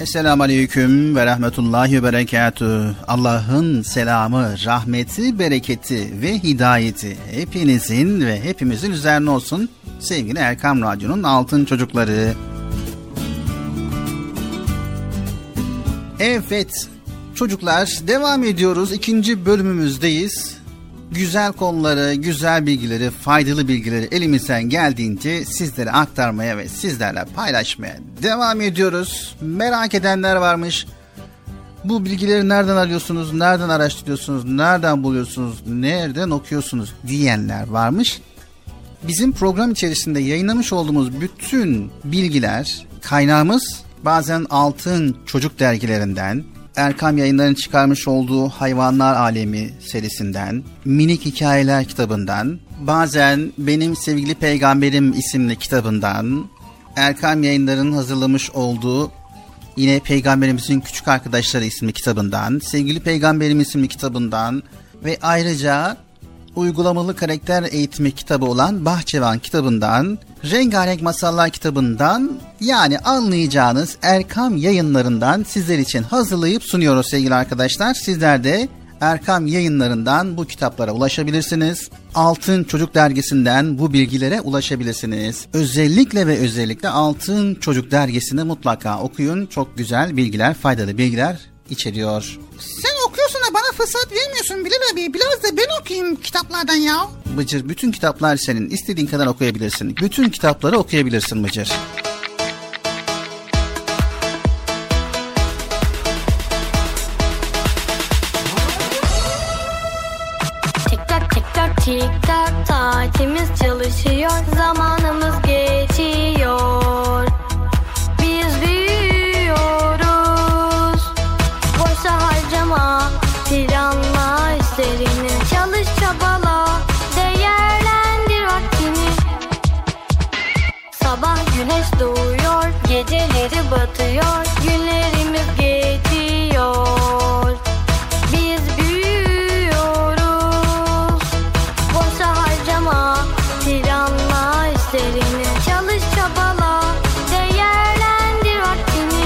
Esselamu Aleyküm ve Rahmetullahi ve Berekatuhu. Allah'ın selamı, rahmeti, bereketi ve hidayeti hepinizin ve hepimizin üzerine olsun. Sevgili Erkam Radyo'nun altın çocukları. Evet çocuklar, devam ediyoruz. 2. bölümümüzdeyiz. Güzel konuları, güzel bilgileri, faydalı bilgileri elimizden geldiğince sizlere aktarmaya ve sizlerle paylaşmaya devam ediyoruz. Merak edenler varmış. Bu bilgileri nereden alıyorsunuz, nereden araştırıyorsunuz, nereden buluyorsunuz, nereden okuyorsunuz diyenler varmış. Bizim program içerisinde yayınlamış olduğumuz bütün bilgiler, kaynağımız bazen Altın Çocuk dergilerinden, Erkam Yayınları'nın çıkarmış olduğu Hayvanlar Alemi serisinden, Minik Hikayeler kitabından, bazen Benim Sevgili Peygamberim isimli kitabından, Erkam Yayınları'nın hazırlamış olduğu yine Peygamberimizin Küçük Arkadaşları isimli kitabından, Sevgili Peygamberim isimli kitabından ve ayrıca uygulamalı karakter eğitimi kitabı olan Bahçevan kitabından, Rengarenk Masallar kitabından, yani anlayacağınız Erkam Yayınları'ndan sizler için hazırlayıp sunuyoruz sevgili arkadaşlar. Sizler de Erkam Yayınları'ndan bu kitaplara ulaşabilirsiniz. Altın Çocuk dergisinden bu bilgilere ulaşabilirsiniz. Özellikle ve özellikle Altın Çocuk dergisini mutlaka okuyun. Çok güzel bilgiler, faydalı bilgiler içeriyor. Sen okuyorsun da bana fırsat vermiyorsun Bilal abi. Biraz da ben okuyayım kitaplardan ya. Bıcır, bütün kitaplar senin. İstediğin kadar okuyabilirsin. Bütün kitapları okuyabilirsin Bıcır. Tik tak tik tak tik tak, saatimiz çalışıyor, zamanımız geçiyor. Biz büyüyoruz. Boşa harcama, planla işlerini, çalış çabala, değerlendir vaktini. Sabah güneş doğuyor, geceleri batıyor, günlerimiz geçiyor. Biz büyüyoruz. Boşa harcama, planla işlerini, çalış çabala, değerlendir vaktini.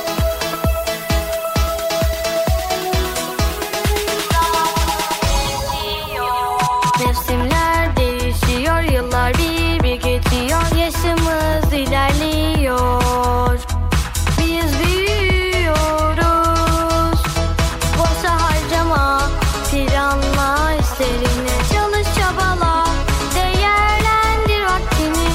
Mevsimler değişiyor, yıllar bir bir geçiyor, yaşımız ilerliyor. Biz büyüyoruz. Boşa harcama, planla işlerini, çalış çabala, değerlendir vaktini.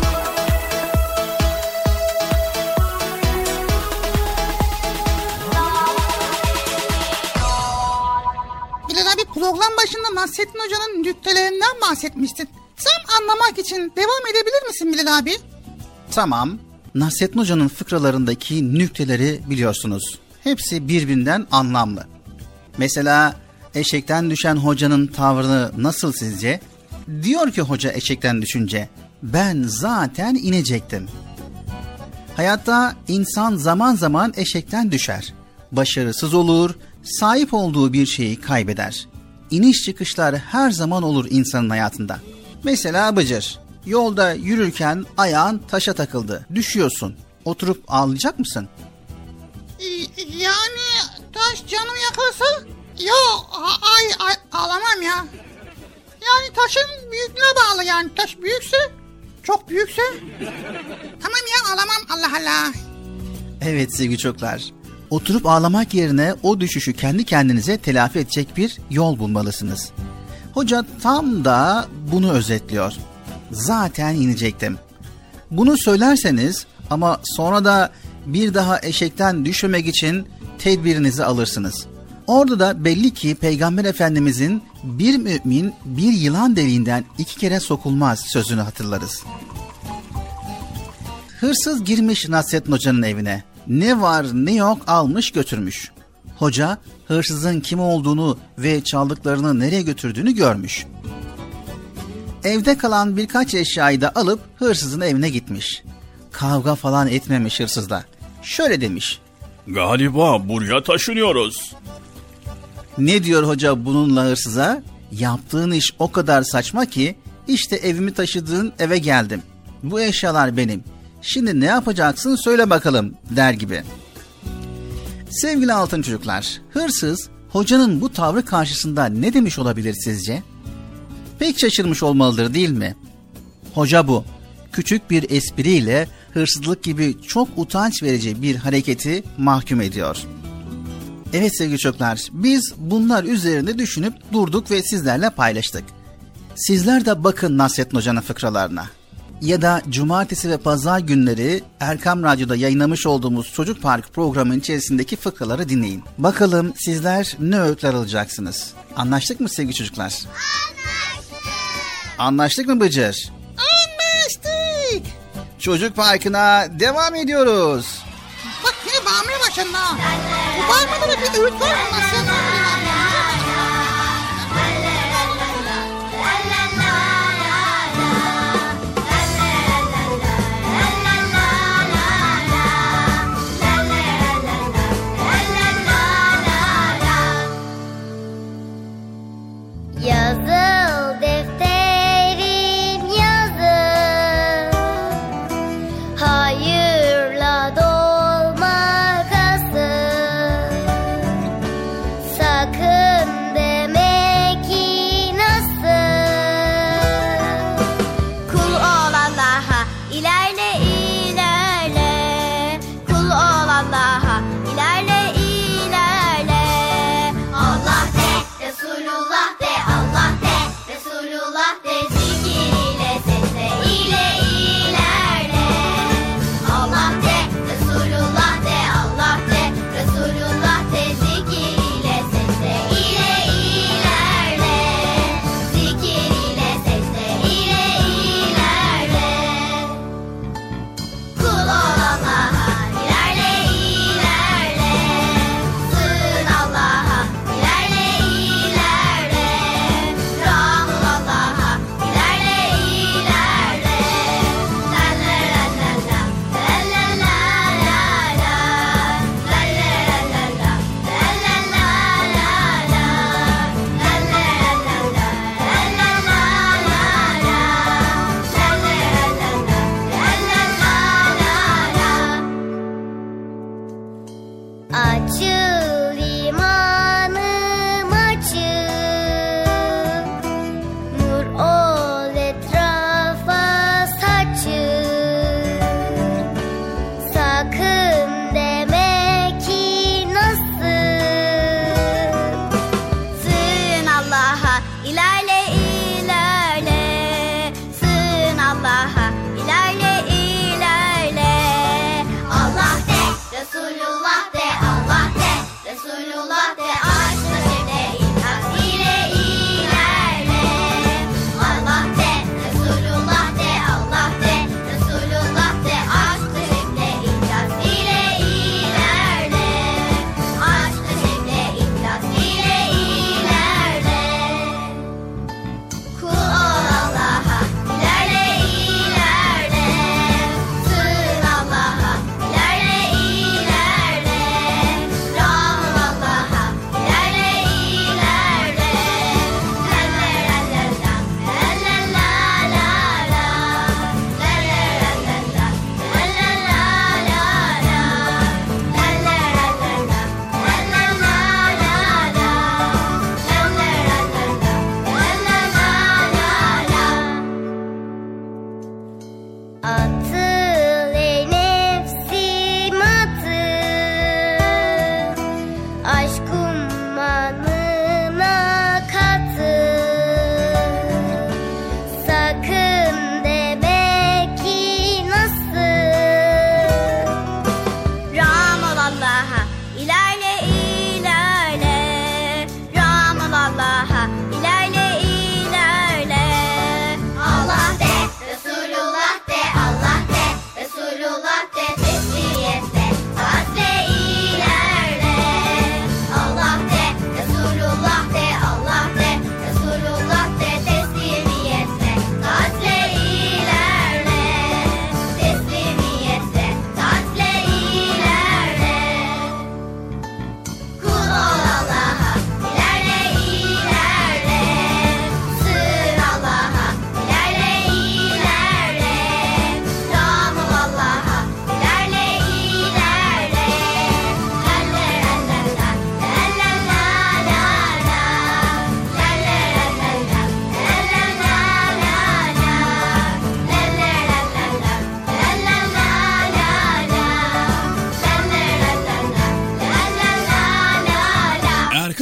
Bilal abi, program başında Nasrettin Hoca'nın nüktelerinden bahsetmiştin. Tam anlamak için devam edebilir misin Bilal abi? Tamam. Nasrettin Hoca'nın fıkralarındaki nükteleri biliyorsunuz. Hepsi birbirinden anlamlı. Mesela eşekten düşen hocanın tavrını nasıl sizce? Diyor ki hoca eşekten düşünce, ben zaten inecektim. Hayatta insan zaman zaman eşekten düşer. Başarısız olur, sahip olduğu bir şeyi kaybeder. İniş çıkışlar her zaman olur insanın hayatında. Mesela Bıcır, yolda yürürken ayağın taşa takıldı, düşüyorsun. Oturup ağlayacak mısın? Yani taş canımı yakarsa? Yok, ağlamam ya. Yani taşın büyüklüğüne bağlı yani. Taş büyükse, çok büyükse. Tamam ya, ağlamam, Allah Allah. Evet sevgili çocuklar. Oturup ağlamak yerine o düşüşü kendi kendinize telafi edecek bir yol bulmalısınız. Hoca tam da bunu özetliyor. Zaten inecektim. Bunu söylerseniz ama sonra da bir daha eşekten düşmemek için tedbirinizi alırsınız. Orada da belli ki Peygamber Efendimizin bir mümin bir yılan deliğinden 2 kere sokulmaz sözünü hatırlarız. Hırsız girmiş Nasrettin Hoca'nın evine. Ne var ne yok almış götürmüş. Hoca hırsızın kim olduğunu ve çaldıklarını nereye götürdüğünü görmüş. Evde kalan birkaç eşyayı da alıp hırsızın evine gitmiş. Kavga falan etmemiş hırsızla. Şöyle demiş. Galiba buraya taşınıyoruz. Ne diyor hoca bununla hırsıza? Yaptığın iş o kadar saçma ki işte evimi taşıdığın eve geldim. Bu eşyalar benim. Şimdi ne yapacaksın söyle bakalım der gibi. Sevgili altın çocuklar, hırsız hocanın bu tavrı karşısında ne demiş olabilir sizce? Pek şaşırmış olmalıdır değil mi? Hoca bu küçük bir espriyle hırsızlık gibi çok utanç verici bir hareketi mahkum ediyor. Evet sevgili çocuklar, biz bunlar üzerinde düşünüp durduk ve sizlerle paylaştık. Sizler de bakın Nasrettin Hoca'nın fıkralarına. Ya da cumartesi ve pazar günleri Erkam Radyo'da yayınlamış olduğumuz Çocuk Park programının içerisindeki fıkraları dinleyin. Bakalım sizler ne öğütler alacaksınız? Anlaştık mı sevgili çocuklar? Anlaştık. Anlaştık mı Bıcır? Anlaştık. Çocuk Parkı'na devam ediyoruz. Bak yine bağırmaya başladın ha. Bu bağırmada da bir öğüt var mı? Nasıl? Yazıl defterim yazıl, hayırla dolmakasın. Sakın deme ki nasıl. Kul ol Allah'a, ilerle ilerle. Kul ol Allah'a, ilerle ilerle. Allah de, Resulullah de, Allah de, Resulullah de, zikir ile secde ile ilerle. Allah de, Resulullah de, Allah de, Resulullah de, zikir ile secde ile ilerle. Zikir ile secde ile ilerle. Kul ol Allah'a, ilerle ilerle. Sığın Allah'a, ilerle ilerle. Ram ol Allah'a, ilerle ilerle. La la la la la, la la la la la. La la la la la, la la la la la. La la la la, la la la la la. Açıl imanım açıl, nur ol etrafa saçıl. Sakın deme ki nasıl. Sığın Allah'a, ilerle ilerle. Sığın Allah'a, ilerle ilerle. Allah de, Resulullah de, Allah de, Resulullah de, aşk şerde ilhak ile ilerle. Allah de, Resulullah de, Allah de, Resulullah de, aşk şerde ilhak ile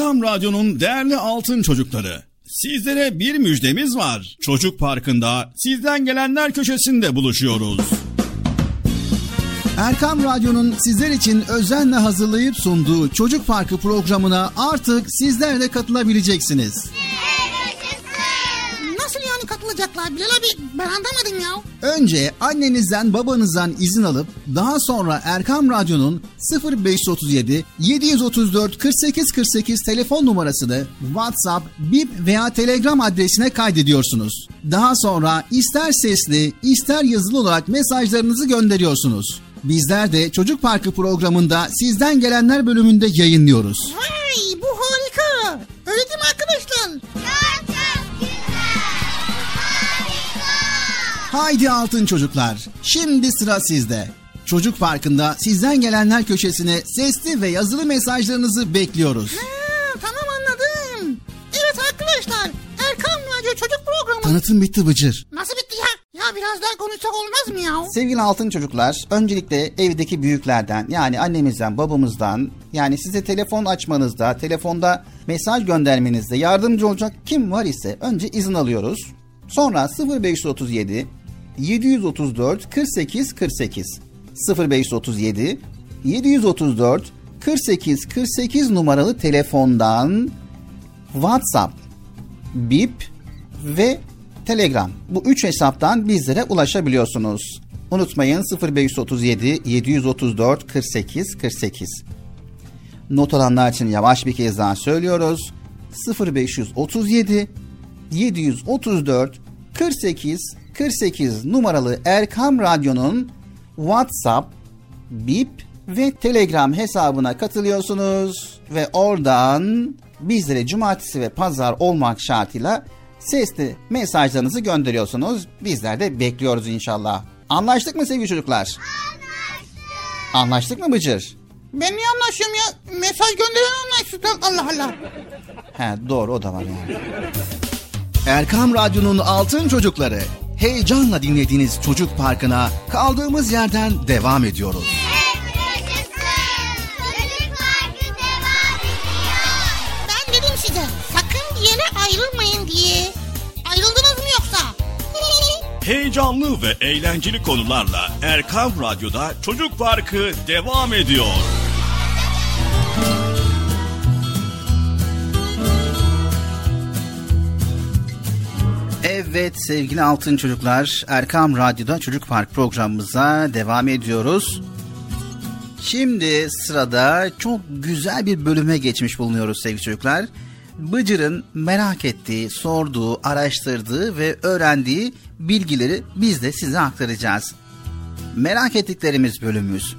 Erkam Radyo'nun değerli altın çocukları, sizlere bir müjdemiz var. Çocuk Parkı'nda sizden gelenler köşesinde buluşuyoruz. Erkam Radyo'nun sizler için özenle hazırlayıp sunduğu Çocuk Parkı programına artık sizler de katılabileceksiniz. Nasıl yani katılacaklar Bilal abi? Ben anlamadım ya. Önce annenizden babanızdan izin alıp daha sonra Erkam Radyo'nun 0537 734 48 48 telefon numarasını WhatsApp, Bip veya Telegram adresine kaydediyorsunuz. Daha sonra ister sesli ister yazılı olarak mesajlarınızı gönderiyorsunuz. Bizler de Çocuk Parkı programında sizden gelenler bölümünde yayınlıyoruz. Vay, bu harika. Öyle değil mi arkadaşlar? Haydi altın çocuklar, şimdi sıra sizde. Çocuk Parkı'nda sizden gelenler köşesine sesli ve yazılı mesajlarınızı bekliyoruz. Tamam, anladım. Evet arkadaşlar, Erkam Radyo Çocuk Programı. Tanıtım bitti Bıcır. Nasıl bitti ya? Ya biraz daha konuşsak olmaz mı ya? Sevgili altın çocuklar, öncelikle evdeki büyüklerden, yani annemizden, babamızdan, yani size telefon açmanızda, telefonda mesaj göndermenizde yardımcı olacak kim var ise önce izin alıyoruz. Sonra 0537 734 48 48 0537 734 48 48 numaralı telefondan WhatsApp, Bip ve Telegram, bu 3 hesaptan bizlere ulaşabiliyorsunuz. Unutmayın, 0537 734 48 48. Not alanlar için yavaş bir kez daha söylüyoruz. 0537 734 48 48 numaralı Erkam Radyo'nun WhatsApp, Bip ve Telegram hesabına katılıyorsunuz ve oradan bizlere cumartesi ve pazar olmak şartıyla sesli mesajlarınızı gönderiyorsunuz. Bizler de bekliyoruz inşallah. Anlaştık mı sevgili çocuklar? Anlaştık mı Bıcır? Ben niye anlaşıyorum ya? Mesaj gönderen anlaştık. Allah Allah. He, doğru, o da var yani. Erkam Radyo'nun altın çocukları, heyecanla dinlediğiniz Çocuk Parkı'na kaldığımız yerden devam ediyoruz. Ben dedim size, sakın bir yere ayrılmayın diye. Ayrıldınız mı yoksa? Heyecanlı ve eğlenceli konularla Erkam Radyo'da Çocuk Parkı devam ediyor. Evet sevgili altın çocuklar, Erkam Radyo'da Çocuk Park programımıza devam ediyoruz. Şimdi sırada çok güzel bir bölüme geçmiş bulunuyoruz sevgili çocuklar. Bıcır'ın merak ettiği, sorduğu, araştırdığı ve öğrendiği bilgileri biz de size aktaracağız. Merak ettiklerimiz bölümümüz.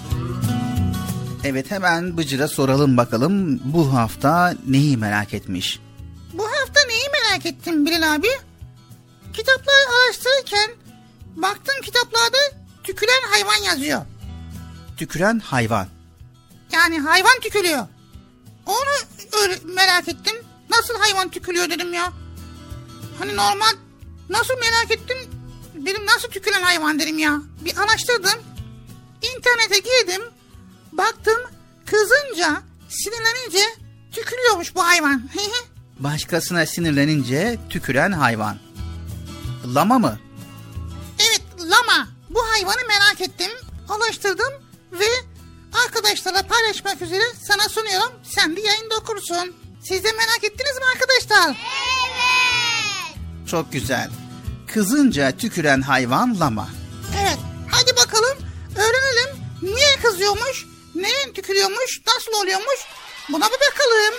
Evet, hemen Bıcır'a soralım bakalım bu hafta neyi merak etmiş? Bu hafta neyi merak ettim Bilal abi? Kitapları araştırırken baktım kitaplarda tüküren hayvan yazıyor. Tüküren hayvan. Yani hayvan tükürüyor. Onu öyle merak ettim. Nasıl hayvan tükürüyor dedim ya. Hani normal, nasıl merak ettim. Dedim nasıl tüküren hayvan dedim ya. Bir araştırdım. İnternete girdim. Baktım kızınca, sinirlenince tükürüyormuş bu hayvan. Başkasına sinirlenince tüküren hayvan. Lama mı? Evet, lama. Bu hayvanı merak ettim. Araştırdım ve arkadaşlarla paylaşmak üzere sana sunuyorum. Sen de yayında okursun. Siz de merak ettiniz mi arkadaşlar? Evet. Çok güzel. Kızınca tüküren hayvan lama. Evet. Hadi bakalım öğrenelim. Niye kızıyormuş? Neye tükürüyormuş? Nasıl oluyormuş? Buna bir bakalım.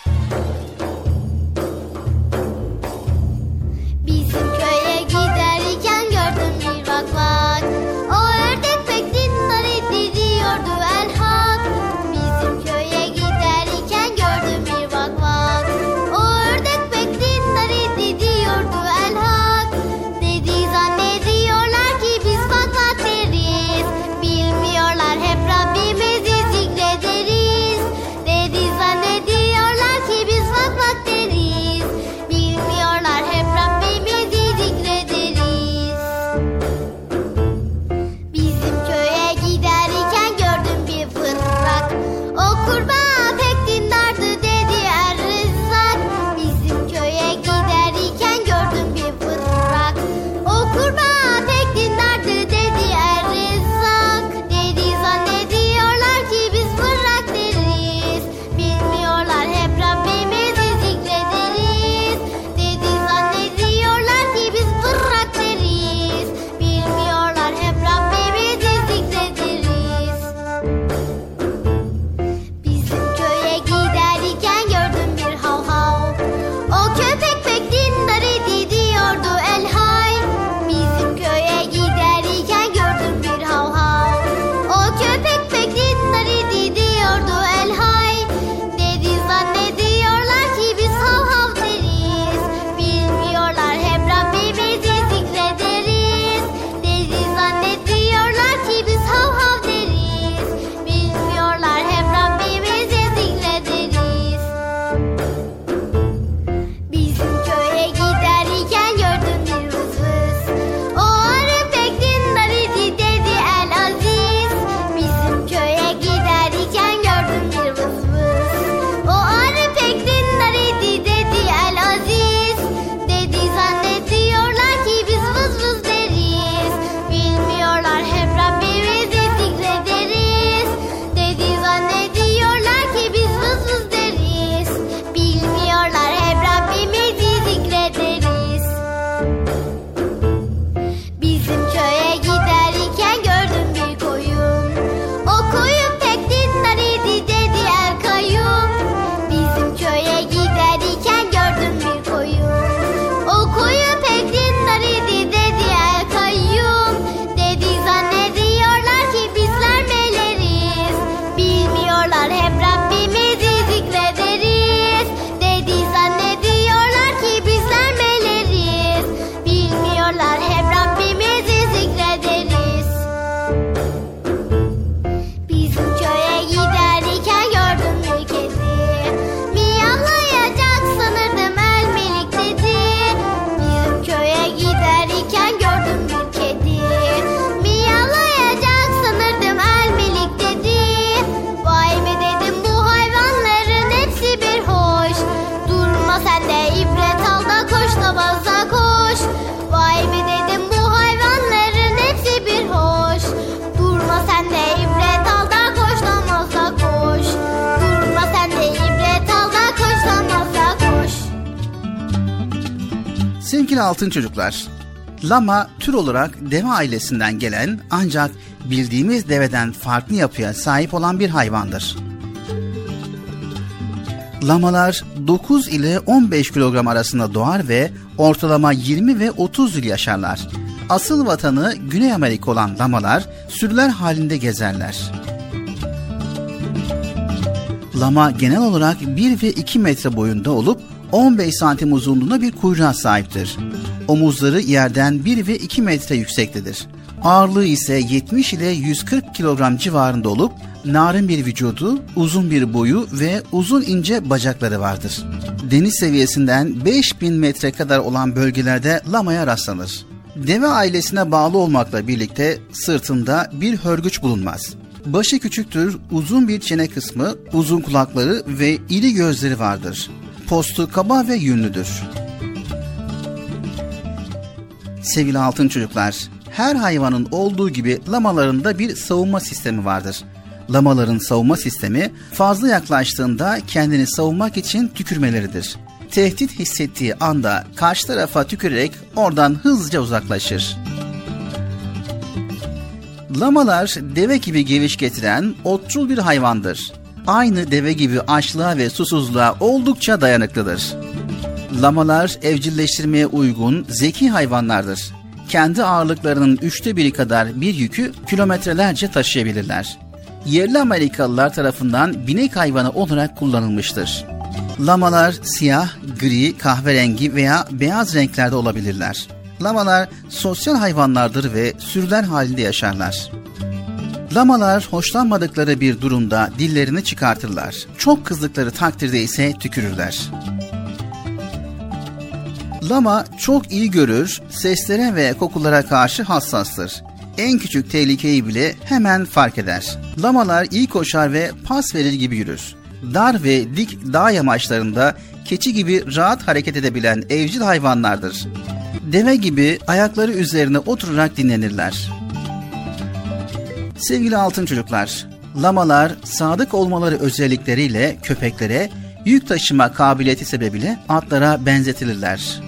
Bizim köye giderken gördüm bir vak vak. O ördek pek dinleri diyordu elhak. Bizim köye giderken gördüm bir vak vak. O ördek pek dinleri diyordu elhak. Dedi zannediyorlar ki biz vak vak deriz. Bilmiyorlar hep Rabbimizi zikrederiz. Dedi zannediyorlar Sevgili altın çocuklar, lama tür olarak deve ailesinden gelen ancak bildiğimiz deveden farklı yapıya sahip olan bir hayvandır. Lamalar 9 ile 15 kilogram arasında doğar ve ortalama 20 ve 30 yıl yaşarlar. Asıl vatanı Güney Amerika olan lamalar sürüler halinde gezerler. Lama genel olarak 1 ve 2 metre boyunda olup 15 santim uzunluğunda bir kuyruğa sahiptir. Omuzları yerden 1 ve 2 metre yüksektedir. Ağırlığı ise 70 ile 140 kilogram civarında olup narin bir vücudu, uzun bir boyu ve uzun ince bacakları vardır. Deniz seviyesinden 5000 metre kadar olan bölgelerde lamaya rastlanır. Deve ailesine bağlı olmakla birlikte sırtında bir hörgüç bulunmaz. Başı küçüktür, uzun bir çene kısmı, uzun kulakları ve iri gözleri vardır. Postu kaba ve yünlüdür. Sevgili altın çocuklar, her hayvanın olduğu gibi lamaların da bir savunma sistemi vardır. Lamaların savunma sistemi fazla yaklaştığında kendini savunmak için tükürmeleridir. Tehdit hissettiği anda karşı tarafa tükürerek oradan hızlıca uzaklaşır. Lamalar deve gibi geviş getiren otçul bir hayvandır. Aynı deve gibi açlığa ve susuzluğa oldukça dayanıklıdır. Lamalar evcilleştirmeye uygun, zeki hayvanlardır. Kendi ağırlıklarının 1/3 kadar bir yükü kilometrelerce taşıyabilirler. Yerli Amerikalılar tarafından binek hayvanı olarak kullanılmıştır. Lamalar siyah, gri, kahverengi veya beyaz renklerde olabilirler. Lamalar sosyal hayvanlardır ve sürüler halinde yaşarlar. Lamalar hoşlanmadıkları bir durumda dillerini çıkartırlar. Çok kızdıkları takdirde ise tükürürler. Lama çok iyi görür, seslere ve kokulara karşı hassastır. En küçük tehlikeyi bile hemen fark eder. Lamalar iyi koşar ve pas verir gibi yürür. Dar ve dik dağ yamaçlarında keçi gibi rahat hareket edebilen evcil hayvanlardır. Deve gibi ayakları üzerine oturarak dinlenirler. Sevgili altın çocuklar, lamalar sadık olmaları özellikleriyle köpeklere, yük taşıma kabiliyeti sebebiyle atlara benzetilirler.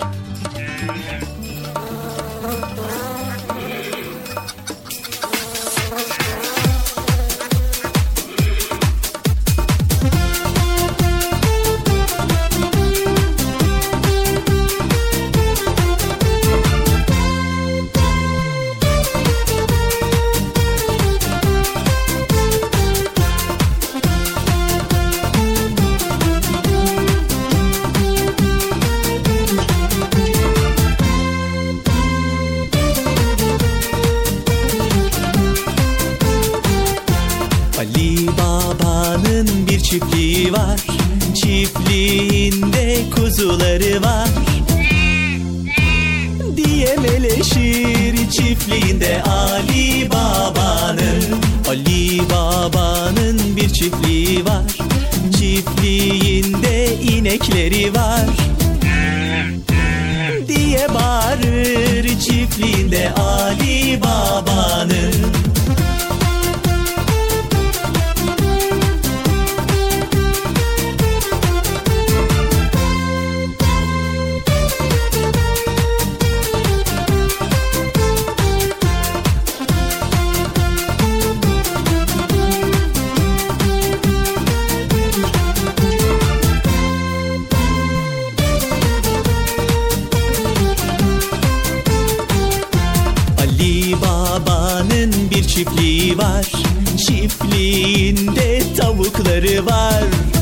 çiftliği var, çiftliğinde kuzuları var diye meleşir çiftliğinde Ali Baba'nın. Ali Baba'nın bir çiftliği var, çiftliğinde inekleri var diye bağırır çiftliğinde Ali Baba'nın. Çiftliği var, çiftliğinde tavukları var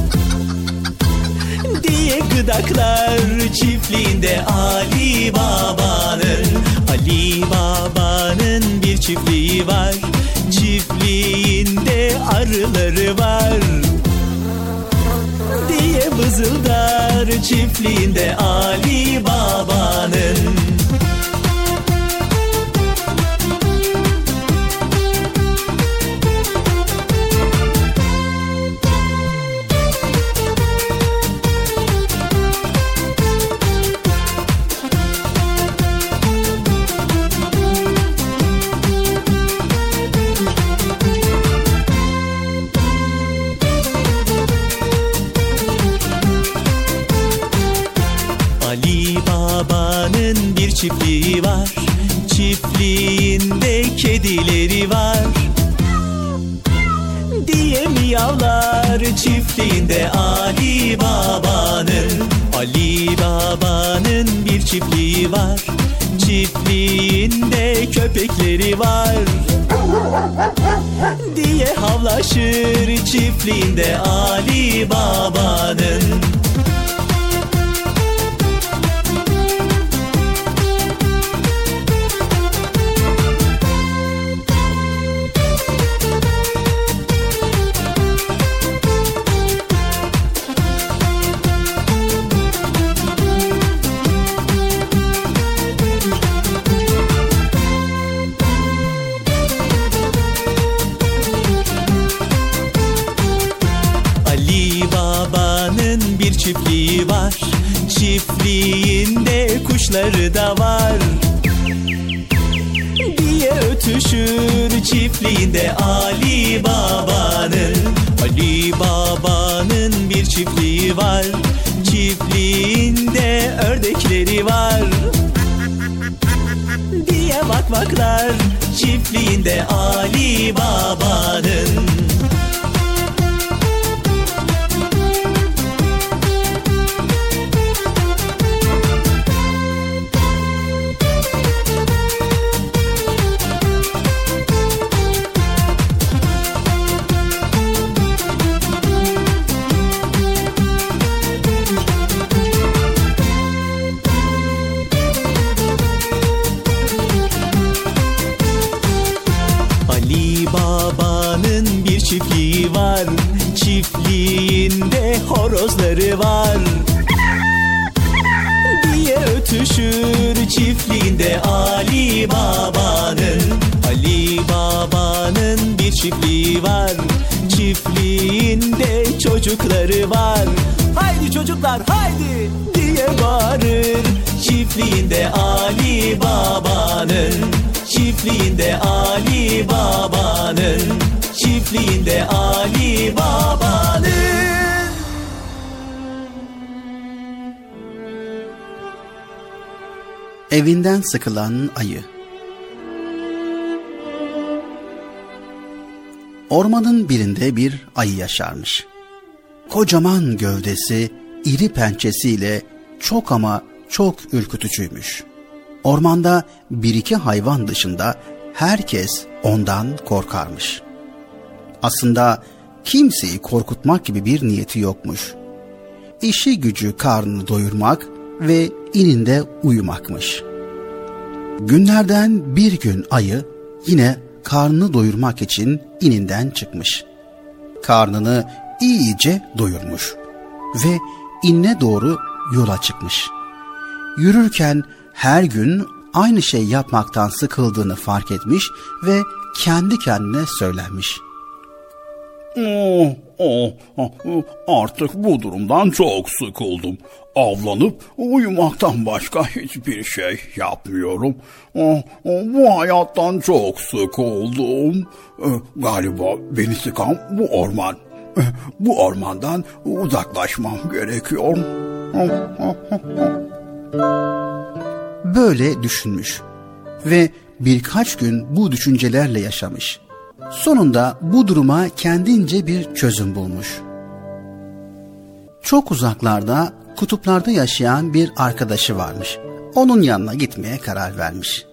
diye gıdaklar çiftliğinde Ali Baba'nın. Ali Baba'nın bir çiftliği var, çiftliğinde arıları var diye vızıldar çiftliğinde Ali Baba'nın. Ali Baba'nın çiftliği var. Çiftliğinde kedileri var diye miyavlar çiftliğinde Ali Baba'nın. Ali Baba'nın bir çiftliği var. Çiftliğinde köpekleri var diye havlaşır çiftliğinde Ali Baba'nın. Çiftliği var. Çiftliğinde kuşları da var diye ötüşür çiftliğinde Ali Baba'nın. Ali Baba'nın bir çiftliği var. Çiftliğinde ördekleri var diye vakvaklar çiftliğinde Ali Baba'nın. Çiftliği var. Çiftliğinde horozları var diye ötüşür çiftliğinde Ali Baba'nın. Ali Baba'nın bir çiftliği var. Çiftliğinde çocukları var. Haydi çocuklar haydi diye bağırır çiftliğinde Ali Baba'nın. Çiftliğinde Ali Baba'nın. Çiftliğinde Ali Baba'nın. Evinden sıkılan ayı. Ormanın birinde bir ayı yaşarmış. Kocaman gövdesi, iri pençesiyle çok ama çok ürkütücüymüş. Ormanda bir iki hayvan dışında herkes ondan korkarmış. Aslında kimseyi korkutmak gibi bir niyeti yokmuş. İşi gücü karnını doyurmak ve ininde uyumakmış. Günlerden bir gün ayı yine karnını doyurmak için ininden çıkmış. Karnını iyice doyurmuş ve inine doğru yola çıkmış. Yürürken her gün aynı şey yapmaktan sıkıldığını fark etmiş ve kendi kendine söylenmiş. Artık bu durumdan çok sıkıldım. Avlanıp uyumaktan başka hiçbir şey yapmıyorum. Bu hayattan çok sıkıldım. Galiba beni sıkan bu orman. Bu ormandan uzaklaşmam gerekiyor. Böyle düşünmüş ve birkaç gün bu düşüncelerle yaşamış. Sonunda bu duruma kendince bir çözüm bulmuş. Çok uzaklarda, kutuplarda yaşayan bir arkadaşı varmış. Onun yanına gitmeye karar vermiş.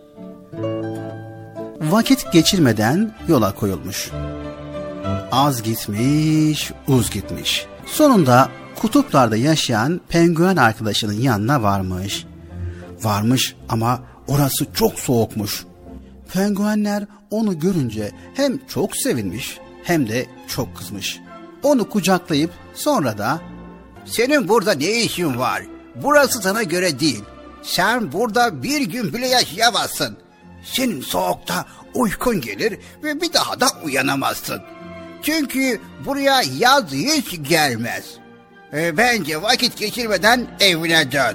Vakit geçirmeden yola koyulmuş. Az gitmiş, uz gitmiş. Sonunda kutuplarda yaşayan penguen arkadaşının yanına varmış. Varmış ama orası çok soğukmuş. Penguenler onu görünce hem çok sevinmiş hem de çok kızmış. Onu kucaklayıp sonra da "Senin burada ne işin var? Burası sana göre değil. Sen burada bir gün bile yaşayamazsın. Senin soğukta uykun gelir ve bir daha da uyanamazsın. Çünkü buraya yaz hiç gelmez. Bence vakit geçirmeden evine dön."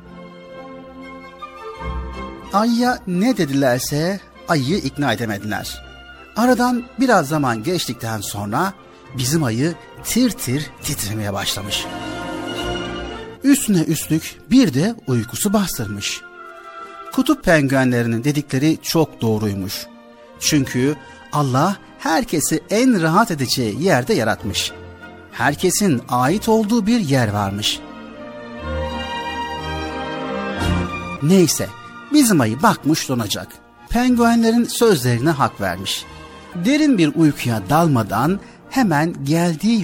Ayıya ne dedilerse ayıyı ikna edemediler. Aradan biraz zaman geçtikten sonra bizim ayı tir tir titremeye başlamış. Üstüne üstlük bir de uykusu bastırmış. Kutup penguenlerinin dedikleri çok doğruymuş. Çünkü Allah herkesi en rahat edeceği yerde yaratmış. Herkesin ait olduğu bir yer varmış. Neyse, bizim ayı bakmış donacak. Penguenlerin sözlerine hak vermiş. Derin bir uykuya dalmadan hemen geldiği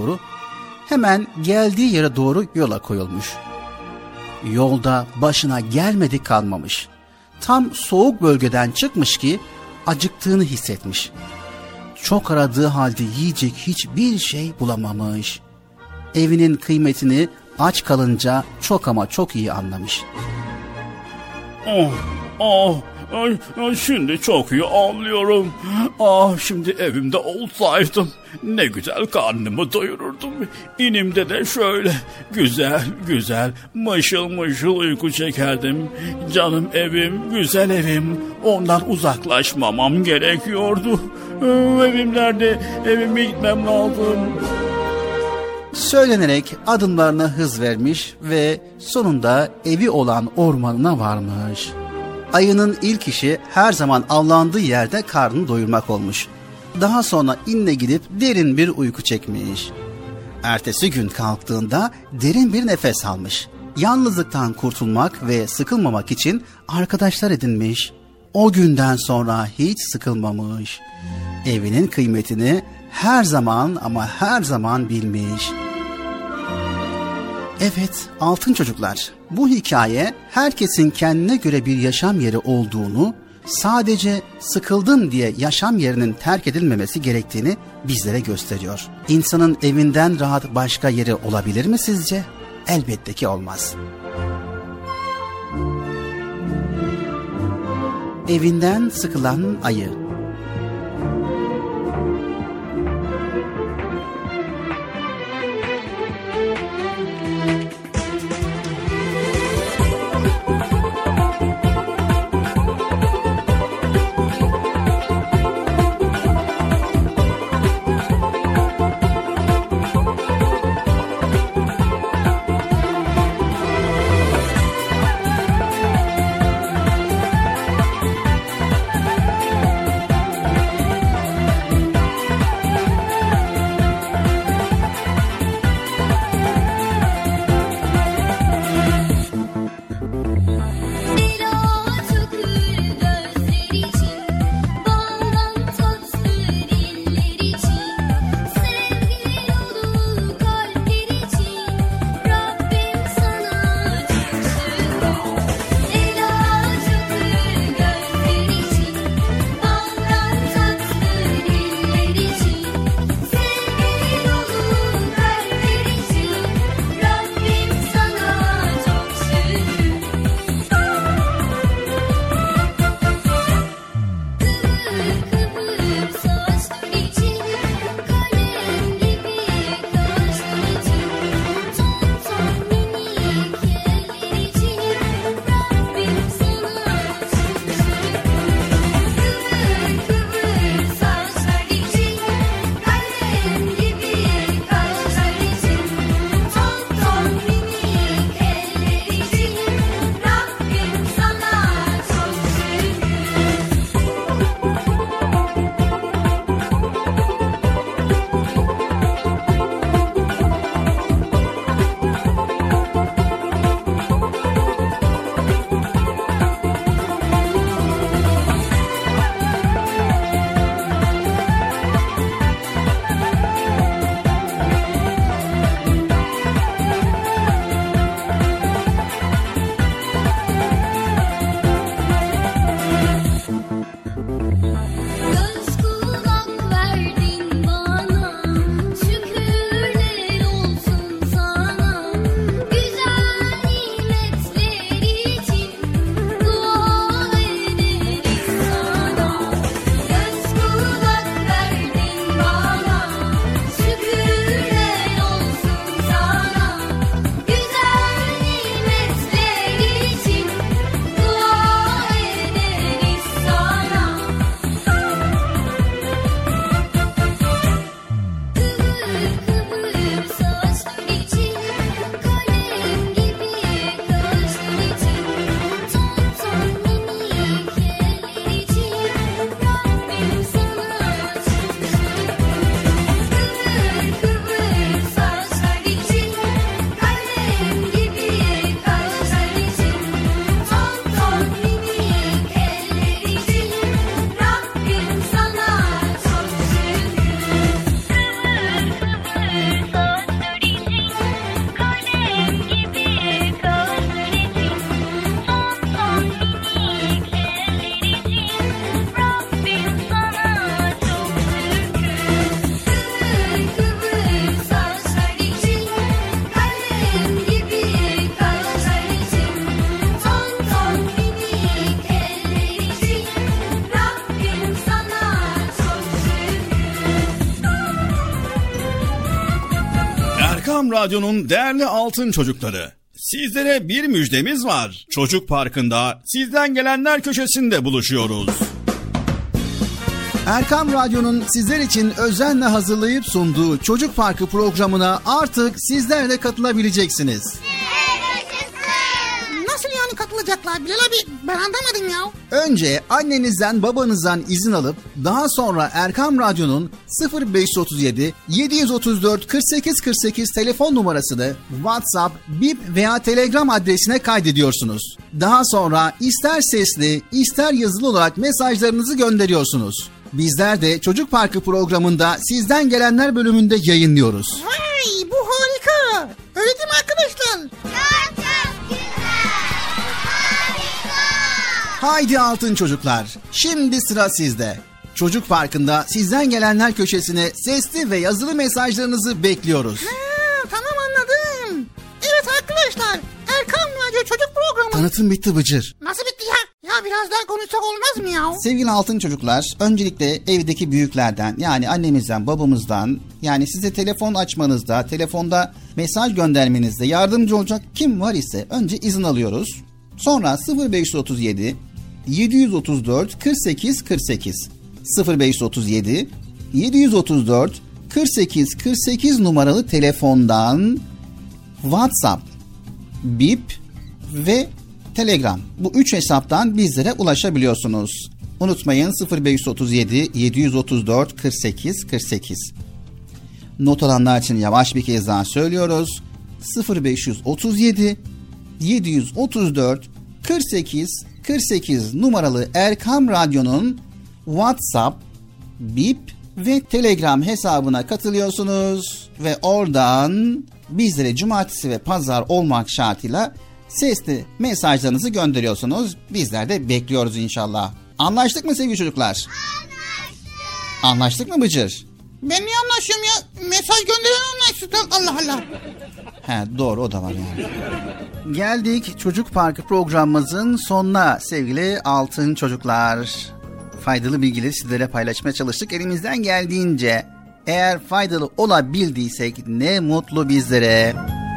yere doğru yola koyulmuş. Yolda başına gelmedik kalmamış. Tam soğuk bölgeden çıkmış ki acıktığını hissetmiş. Çok aradığı halde yiyecek hiçbir şey bulamamış. Evinin kıymetini aç kalınca çok ama çok iyi anlamış. Şimdi çok iyi anlıyorum. Şimdi evimde olsaydım ne güzel karnımı doyururdum. İnimde de şöyle güzel mışıl mışıl uyku çekerdim. Canım evim, güzel evim. Ondan uzaklaşmamam gerekiyordu. Evim nerede? Evime gitmem lazım. Söylenerek adımlarına hız vermiş ve sonunda evi olan ormanına varmış. Ayının ilk işi her zaman avlandığı yerde karnını doyurmak olmuş. Daha sonra inle gidip derin bir uyku çekmiş. Ertesi gün kalktığında derin bir nefes almış. Yalnızlıktan kurtulmak ve sıkılmamak için arkadaşlar edinmiş. O günden sonra hiç sıkılmamış. Evinin kıymetini her zaman ama her zaman bilmiş. Evet, altın çocuklar, bu hikaye herkesin kendine göre bir yaşam yeri olduğunu, sadece sıkıldım diye yaşam yerinin terk edilmemesi gerektiğini bizlere gösteriyor. İnsanın evinden rahat başka yeri olabilir mi sizce? Elbette ki olmaz. Evinden sıkılan ayı. Erkam Radyo'nun değerli altın çocukları, sizlere bir müjdemiz var. Çocuk Parkı'nda sizden gelenler köşesinde buluşuyoruz. Erkam Radyo'nun sizler için özenle hazırlayıp sunduğu Çocuk Parkı programına artık sizler de katılabileceksiniz. Nasıl yani katılacaklar Bilal abi? Ben anlamadım ya. Önce annenizden babanızdan izin alıp daha sonra Erkam Radyo'nun 0537 734 48 48 telefon numarasını WhatsApp, Bip veya Telegram adresine kaydediyorsunuz. Daha sonra ister sesli ister yazılı olarak mesajlarınızı gönderiyorsunuz. Bizler de Çocuk Parkı programında sizden gelenler bölümünde yayınlıyoruz. Vay, bu harika. Öyle değil mi arkadaşlar? Haydi altın çocuklar, şimdi sıra sizde. Çocuk Parkı'nda sizden gelenler köşesine sesli ve yazılı mesajlarınızı bekliyoruz. Tamam, anladım. Evet arkadaşlar, Erkam Radyo Çocuk Programı. Tanıtım bitti Bıcır. Nasıl bitti ya? Ya biraz daha konuşsak olmaz mı ya? Sevgili altın çocuklar, öncelikle evdeki büyüklerden, yani annemizden, babamızdan, yani size telefon açmanızda, telefonda mesaj göndermenizde yardımcı olacak kim var ise önce izin alıyoruz. Sonra 0537 734 48 48 0537 734 48 48 numaralı telefondan WhatsApp, Bip ve Telegram, bu 3 hesaptan bizlere ulaşabiliyorsunuz. Unutmayın, 0537 734 48 48. Not alanlar için yavaş bir kez daha söylüyoruz. 0537 734 48 48 numaralı Erkam Radyo'nun WhatsApp, Bip ve Telegram hesabına katılıyorsunuz ve oradan bizlere cumartesi ve pazar olmak şartıyla sesli mesajlarınızı gönderiyorsunuz. Bizler de bekliyoruz inşallah. Anlaştık mı sevgili çocuklar? Anlaştık. Anlaştık mı Bıcır? Ben niye anlaşıyorum ya? Mesaj gönderen anlaştık. Allah Allah. He, doğru, o da var yani. Geldik Çocuk Parkı programımızın sonuna sevgili altın çocuklar. Faydalı bilgileri sizlere paylaşmaya çalıştık elimizden geldiğince. Eğer faydalı olabildiysek ne mutlu bizlere.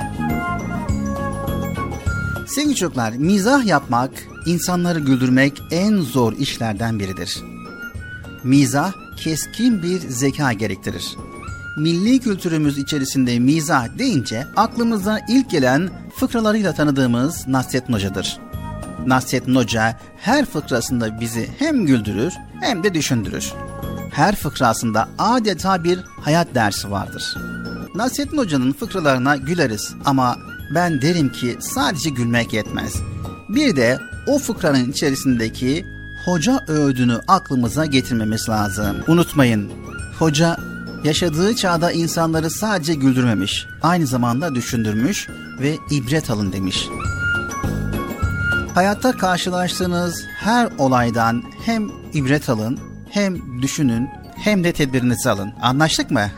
Sevgili çocuklar, mizah yapmak, insanları güldürmek en zor işlerden biridir. Mizah keskin bir zeka gerektirir. Milli kültürümüz içerisinde mizah deyince aklımıza ilk gelen fıkralarıyla tanıdığımız Nasrettin Hoca'dır. Nasrettin Hoca her fıkrasında bizi hem güldürür hem de düşündürür. Her fıkrasında adeta bir hayat dersi vardır. Nasrettin Hoca'nın fıkralarına güleriz ama ben derim ki sadece gülmek yetmez. Bir de o fıkranın içerisindeki hoca öğüdünü aklımıza getirmemiz lazım. Unutmayın, hoca yaşadığı çağda insanları sadece güldürmemiş, aynı zamanda düşündürmüş ve ibret alın demiş. Hayatta karşılaştığınız her olaydan hem ibret alın, hem düşünün, hem de tedbirinizi alın. Anlaştık mı?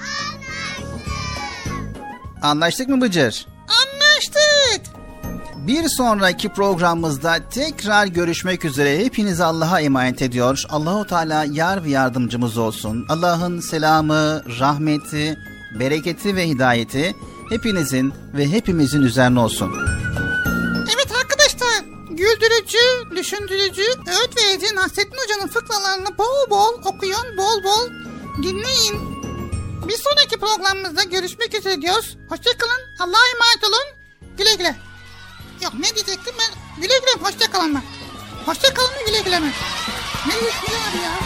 Anlaştık mı Bıcır? Anlaştık. Bir sonraki programımızda tekrar görüşmek üzere. Hepinizi Allah'a emanet ediyor. Allahu Teala yar ve yardımcımız olsun. Allah'ın selamı, rahmeti, bereketi ve hidayeti hepinizin ve hepimizin üzerine olsun. Evet arkadaşlar, güldürücü, düşündürücü, öğüt verici Nasrettin Hoca'nın fıkralarını bol bol okuyun, bol bol dinleyin. Bir sonraki programımızda görüşmek üzere diyoruz. Hoşçakalın, Allah'a emanet olun. Güle güle. Yok, ne diyecektim ben? Güle güle, hoşçakalın mı? Hoşçakalın mı, güle güle mi? Ne diyecektim abi ya?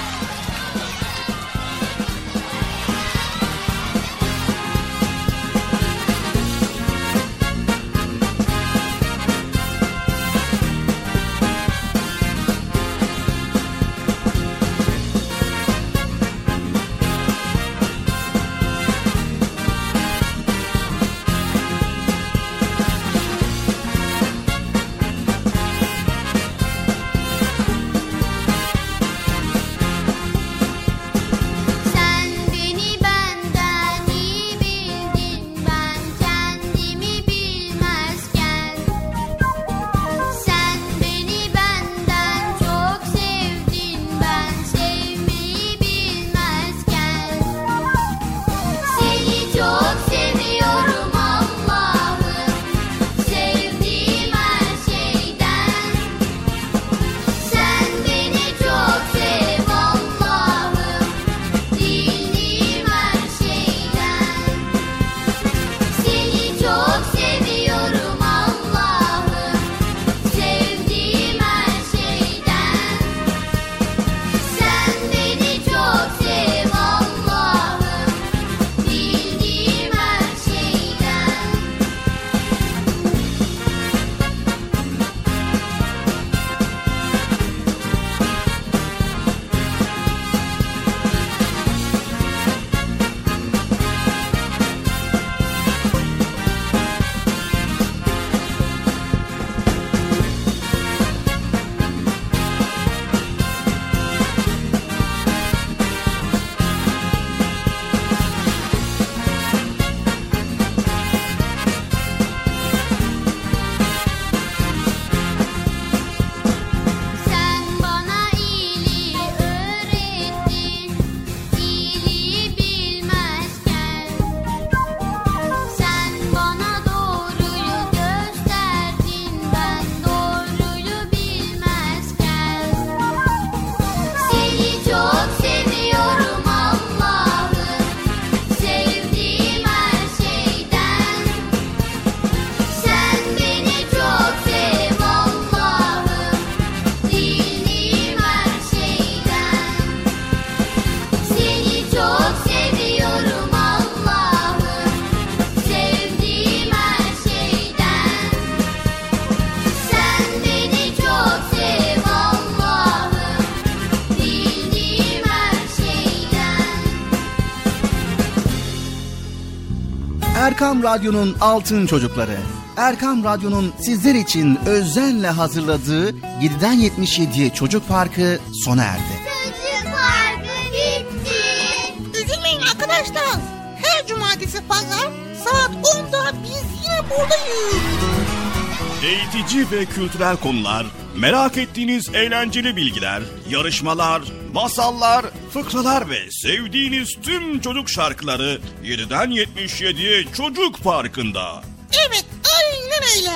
Erkam Radyo'nun Altın Çocukları. Erkam Radyo'nun sizler için özenle hazırladığı 7'den 77'ye Çocuk Parkı sona erdi. Çocuk Parkı bitti. Üzülmeyin arkadaşlar. Her cumartesi pazar saat 10'da biz yine buradayız. Eğitici ve kültürel konular, merak ettiğiniz eğlenceli bilgiler, yarışmalar, masallar, fıkralar ve sevdiğiniz tüm çocuk şarkıları 7'den 77'ye Çocuk Parkı'nda. Evet, aynen öyle.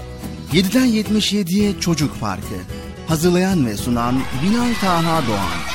7'den 77'ye Çocuk Parkı. Hazırlayan ve sunan Binal Taha Doğan.